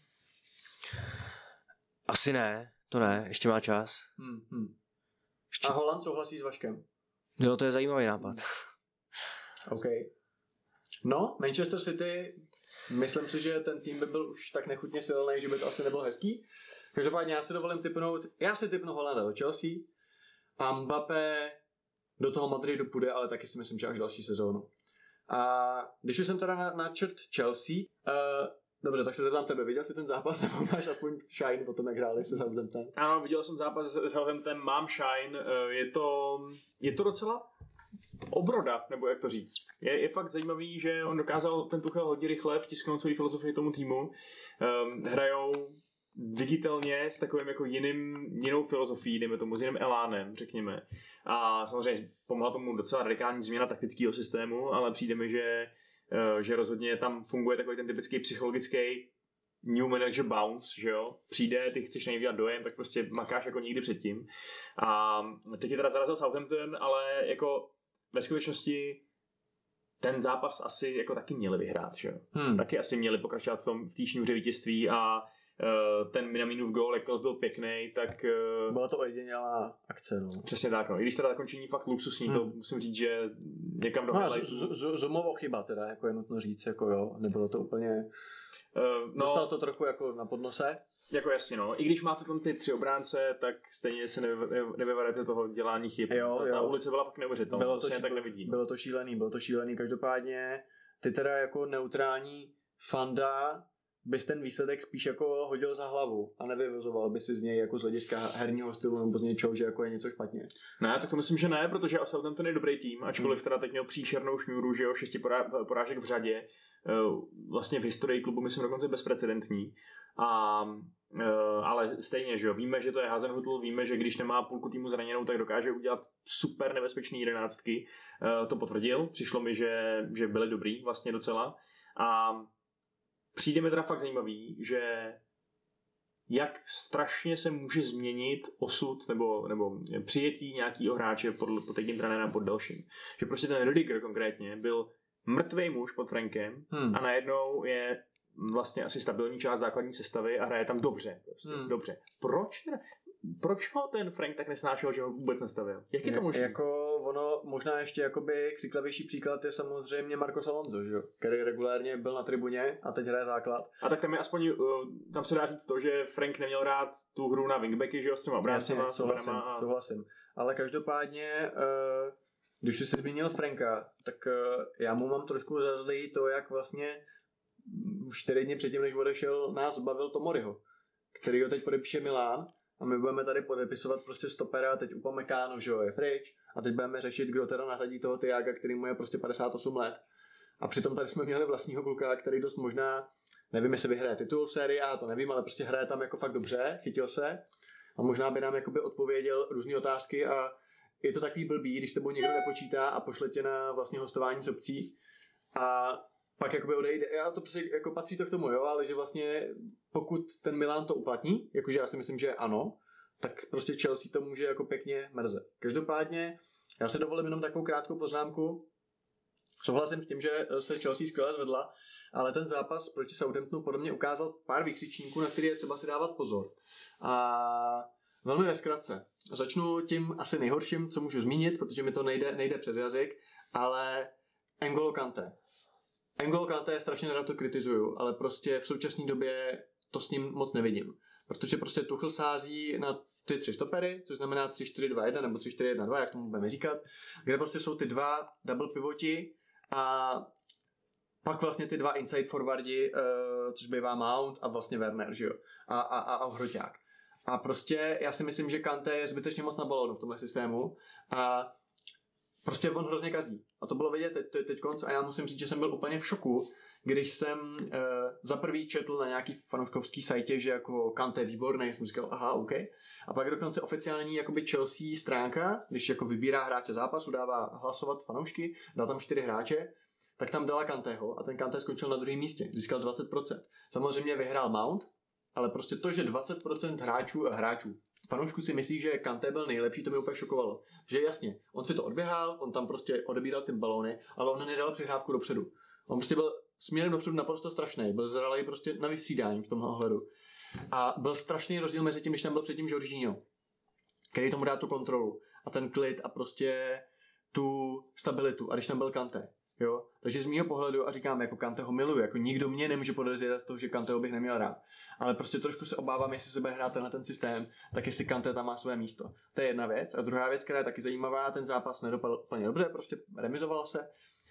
Asi ne, to ne, ještě má čas. Ještě. A Haaland souhlasí s Vaškem? Jo, to je zajímavý nápad. OK. No, Manchester City, myslím si, že ten tým by byl už tak nechutně silný, že by to asi nebylo hezký. Každopádně já si dovolím tipnout, já si tipnu Haalanda do Chelsea a Mbappé do toho Madridu půjde, ale taky si myslím, že až další sezónu. A když už jsem teda načrt Chelsea, dobře, tak se zeptám tebe, viděl jsi ten zápas, nebo máš aspoň shine o tom, jak hráli se Southamptonem? Ano, viděl jsem zápas s Southamptonem, mám shine, je to docela obroda, nebo jak to říct. Je fakt zajímavý, že on dokázal ten Tuchel hodně rychle vtisknout svou filozofii tomu týmu. Hrajou digitálně s takovým jako jinou filozofií, dejme tomu, s jiným elánem, řekněme. A samozřejmě pomohla tomu docela radikální změna taktického systému, ale přijde mi, že rozhodně tam funguje takový ten typický psychologický new manager bounce, že jo? Přijde, ty chceš nejvíc dojem, tak prostě makáš jako nikdy předtím. A teď je teda zarazil Southampton, ale jako ve skutečnosti ten zápas asi jako taky měli vyhrát, že jo? Taky asi měli pokračovat v té šňůře vítězství a ten Minamínův gól, jak byl pěkný, tak... Byla to ojedinělá akce, no. Přesně tak, no. I když teda zakončení fakt luxusní, to musím říct, že někam do highlightů... Zomovo chyba teda, jako je nutno říct, jako jo, nebylo to úplně... Dostal to trochu jako na podnose. Jako jasně, no. I když máte tam ty 3 obránce, tak stejně se nevyvarujete toho dělání chyb. Ta ulice byla fakt neuvěřitelná, to se tak nevidí. No. Bylo to šílený. Každopádně ty teda jako neutrální fanda bys ten výsledek spíš jako hodil za hlavu a nevyvozoval by si z něj jako z hlediska herního stylu nebo z něčeho, že jako je něco špatně. Ne, tak to myslím, že ne, protože Southampton je dobrý tým, ačkoliv teda teď měl příšernou šňůru, že jo, 6 porážek v řadě, vlastně v historii klubu myslím dokonce bezprecedentní. Ale stejně, že jo, víme, že to je Hasenhüttl, víme, že když nemá půlku týmu zraněnou, tak dokáže udělat super nebezpečný 11. To potvrdil, přišlo mi, že byli dobrý vlastně docela. A přijde mi teda fakt zajímavý, že jak strašně se může změnit osud nebo přijetí nějakýho hráče pod jedním trenérem pod dalším. Že prostě ten Rüdiger konkrétně byl mrtvej muž pod Frankem a najednou je vlastně asi stabilní část základní sestavy a hraje tam dobře. Prostě, dobře. Proč ho ten Frank tak nesnášel, že ho vůbec nestavil? Jak je to možné? Jako ono, možná ještě jakoby křiklavější příklad je samozřejmě Marcos Alonso, že jo? Který regulérně byl na tribuně a teď hraje základ. A tak tam je aspoň, tam se dá říct to, že Frank neměl rád tu hru na wingbacky, že jo, s 3 obráncema. Souhlasím. Ale každopádně když jsi zmínil Franka, tak já mu mám trošku za zlý to, jak vlastně už 4 dny předtím, než odešel, nás bavil Tomoriho, který ho teď podepíše Milán a my budeme tady podepisovat prostě stopera, teď Upamecano, že jo, je pryč a teď budeme řešit, kdo teda nahradí toho Thiaga, který mu je prostě 58 let. A přitom tady jsme měli vlastního kluka, který dost možná, nevím, jestli vyhraje titul v sérii A, to nevím, ale prostě hraje tam jako fakt dobře, chytil se a možná by nám jakoby odpověděl různé otázky a je to takový blbý, když s tebou někdo nepočítá a pošle tě na vlastně hostování s obcí a pak jakoby odejde. Já to prostě jako patří to k tomu, jo, ale že vlastně pokud ten Milan to uplatní, jakože já si myslím, že ano, tak prostě Chelsea to může jako pěkně mrzet. Každopádně já se dovolím jenom takovou krátkou poznámku. Souhlasím s tím, že se Chelsea skvěle zvedla, ale ten zápas proti Southamptonu podle mě ukázal pár vykřičníků, na který je třeba si dávat pozor. A velmi ve zkratce. Začnu tím asi nejhorším, co můžu zmínit, protože mi to nejde přes jazyk, ale N'Golo Kanté. N'Golo Kanté je strašně nerad to kritizuju, ale prostě v současné době to s ním moc nevidím. Protože prostě Tuchel sází na ty 3 stopery, což znamená 3-4-2-1 nebo 3-4-1-2, jak tomu budeme říkat, kde prostě jsou ty 2 double pivoti a pak vlastně ty 2 inside forwardi, což bývá Mount a vlastně Werner, že jo, a Hroťák. A prostě já si myslím, že Kanté je zbytečně moc na balónu v tomhle systému a prostě on hrozně kazí. A to bylo vidět teď konc a já musím říct, že jsem byl úplně v šoku, když jsem za prvý četl na nějaký fanouškovský sajtě, že jako Kanté výborný, jsem říkal, aha, OK. A pak dokonce oficiální jakoby Chelsea stránka, když jako vybírá hráče zápasu, dává hlasovat fanoušky, dá tam 4 hráče, tak tam dala Kanteho a ten Kanté skončil na 2. místě, získal 20%. Samozřejmě vyhrál Mount, ale prostě to, že 20% hráčů fanoušků si myslí, že Kanté byl nejlepší, to mě úplně šokovalo. Že jasně, on si to odběhal, on tam prostě odebíral ty balóny, ale on nedal přihrávku dopředu. On prostě byl směrem dopředu naprosto strašný, byl zralý prostě na vystřídání v tomhle ohledu. A byl strašný rozdíl mezi tím, když tam byl předtím Jorginho, který tomu dá tu kontrolu a ten klid a prostě tu stabilitu. A když tam byl Kanté, jo. Takže z mýho pohledu, a říkám, jako Kanteho miluji, jako nikdo mě nemůže podezírat to, že Kanteho bych neměl rád. Ale prostě trošku se obávám, jestli se bude hrát na ten systém, tak jestli Kanté tam má své místo. To je jedna věc. A druhá věc, která je taky zajímavá, ten zápas nedopadl úplně dobře, prostě remizoval se.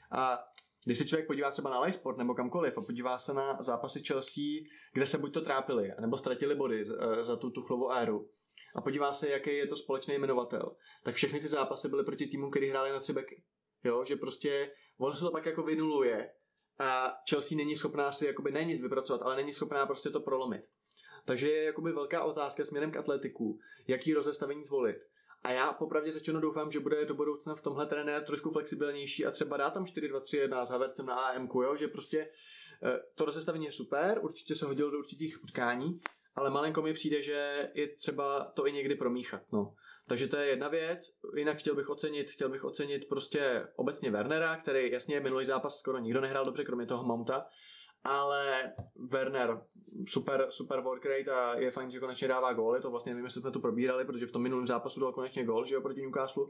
A když se člověk podívá třeba na Live Sport nebo kamkoliv a podívá se na zápasy Chelsea, kde se buď to trápili, nebo ztratili body za tu Tuchelovu éru, a podívá se, jaký je to společný jmenovatel, tak všechny ty zápasy byly proti týmu, který hráli na 3 beky. Jo, že prostě on se to pak jako vynuluje a Chelsea není schopná si jakoby ne nic vypracovat, ale není schopná prostě to prolomit. Takže je jakoby velká otázka směrem k Atletiku, jaký rozestavení zvolit. A já popravdě řečeno doufám, že bude do budoucna v tomhle trenér trošku flexibilnější a třeba dá tam 4-2-3-1 s Havertzem na AMku, jo, že prostě to rozestavení je super, určitě se hodilo do určitých utkání, ale malinko mi přijde, že je třeba to i někdy promíchat, no. Takže to je jedna věc, jinak chtěl bych ocenit prostě obecně Wernera, který jasně minulý zápas skoro nikdo nehrál dobře, kromě toho Mounta, ale Werner super work rate a je fajn, že konečně dává góly, to vlastně nevím, jestli jsme to probírali, protože v tom minulém zápasu dal konečně gól, že jo, proti Newcastle.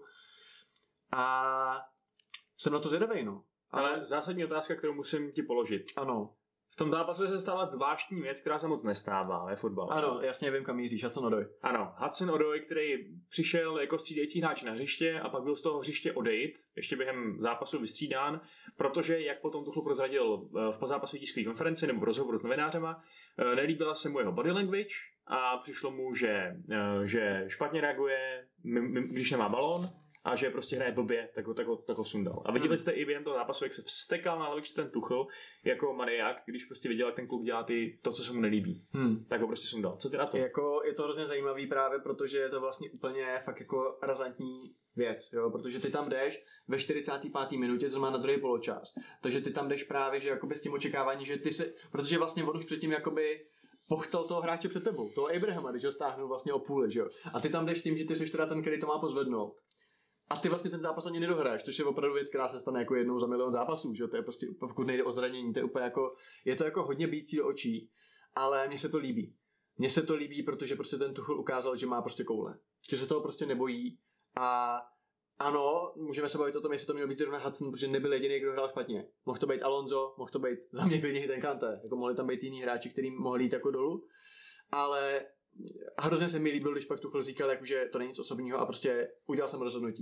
A jsem na to zvědavej, no. Ale zásadní otázka, kterou musím ti položit. Ano. V tom zápase se stala zvláštní věc, která se moc nestává ve fotbale. Ano, jasně vím, kam míříš. Hudson-Odoi. Ano, Hudson-Odoi, který přišel jako střídající hráč na hřiště a pak byl z toho hřiště odejít, ještě během zápasu vystřídán, protože, jak potom Tuchel prozradil v pozápasové tiskové konferenci nebo v rozhovoru s novinářema, nelíbila se mu jeho body language a přišlo mu, že špatně reaguje, když nemá balón, a že prostě hraje blbě, tak ho sundal. A viděli jste i během toho zápasu, jak se vstekal na lavičce ten Tuchel jako maniak, když prostě viděl, jak ten kluk dělá to, co se mu nelíbí. Tak ho prostě sundal. Co ty na to? Jako, je to hrozně zajímavý právě, protože je to vlastně úplně fakt jako razantní věc, jo? Protože ty tam jdeš ve 45. minutě, zrovna na druhý poločas. Takže ty tam jdeš právě, že jakoby s tím očekávání, že ty se, protože vlastně on už předtím jakoby pochcel toho hráče před tebou, toho Abrahama, když ho stáhnul vlastně o půli, že jo. A ty tam jdeš s tím, že ty jsi teda ten, který to má pozvednout. A ty vlastně ten zápas ani nedohráš, což je opravdu věc, která se stane jako jednou za milion zápasů, že? To je prostě, pokud nejde o zranění, to je úplně jako, je to jako hodně bíjící do očí, ale mně se to líbí. Mně se to líbí, protože prostě ten Tuchel ukázal, že má prostě koule. Že se toho prostě nebojí a ano, můžeme se bavit o tom, jestli to měl být zrovna Hudson, protože nebyl jediný, kdo hrál špatně. Mohl to být Alonso, mohl to být za mě klidně ten Kanté, jako mohli tam být jiní hráči, kterým mohli jít jako dolů, ale hrozně se mi líbil, když pak Tuchel říkal, jako, že to není nic osobního a prostě udělal jsem rozhodnutí.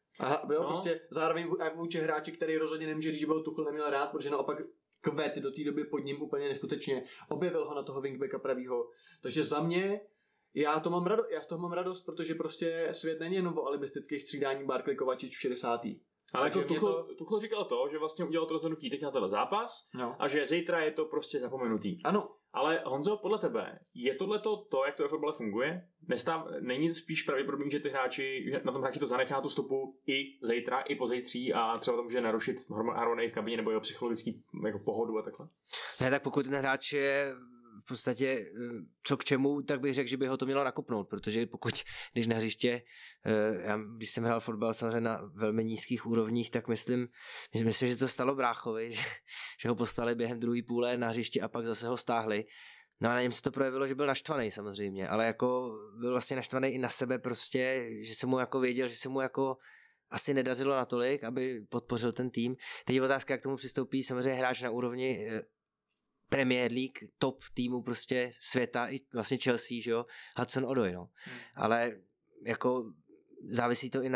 Aha, bylo prostě zároveň vůči hráči, který rozhodně nemůže říct, že byl Tuchel neměl rád, protože naopak kvét do té doby pod ním úplně neskutečně. Objevil ho na toho wingbacka pravýho. Takže za mě já to mám radost, protože prostě svět není jenom o alibistických střídání Barkley Kovačič v 60. Ale jako Tuchel říkal to, že vlastně udělal to rozhodnutí teď na tenhle zápas a že zítra je to prostě zapomenutý. Ano. Ale Honzo, podle tebe, je tohleto to, jak to ve fotbale funguje? Není spíš pravděpodobný, že ty hráči, že na tom hráči to zanechá tu stopu i zítra, i pozítří a třeba to může narušit harmonii v kabině nebo jeho psychologický jako pohodu a takhle? Ne, tak pokud ten hráč je v podstatě co k čemu, tak bych řekl, že by ho to mělo nakopnout, protože když na hřiště, když jsem hrál fotbal samozřejmě na velmi nízkých úrovních, tak myslím, že to stalo bráchovi, že ho poslali během druhé půle na hřiště a pak zase ho stáhli. No a na něm se to projevilo, že byl naštvaný samozřejmě, ale jako byl vlastně naštvaný i na sebe prostě, že se mu jako věděl, že se mu jako asi nedařilo natolik, aby podpořil ten tým. Teď je otázka, jak tomu přistoupí samozřejmě hráč na úrovni Premier League, top týmu prostě světa, i vlastně Chelsea, že jo, Hudson-Odoi, no. Ale jako závisí to i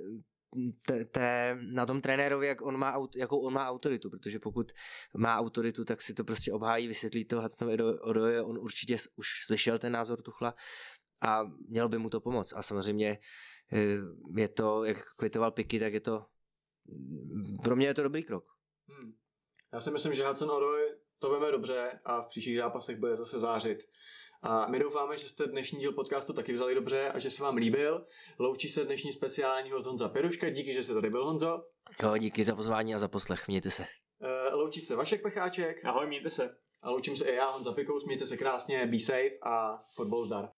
na tom trenérovi, jakou on má autoritu, protože pokud má autoritu, tak si to prostě obhájí, vysvětlí to Hudsonovi, on určitě už slyšel ten názor Tuchla a mělo by mu to pomoct. A samozřejmě je to, jak kvitoval Piky, tak je to, pro mě je to dobrý krok. Já si myslím, že Hudson-Odoi to veme dobře a v příštích zápasech bude zase zářit. A my doufáme, že jste dnešní díl podcastu taky vzali dobře a že se vám líbil. Loučí se dnešní speciální host Honza Piruška. Díky, že jste tady byl, Honzo. Jo, díky za pozvání a za poslech. Mějte se. Loučí se Vašek Pecháček. Ahoj, mějte se. A loučím se i já, Honza Pikous. Mějte se krásně, be safe a fotbal zdar.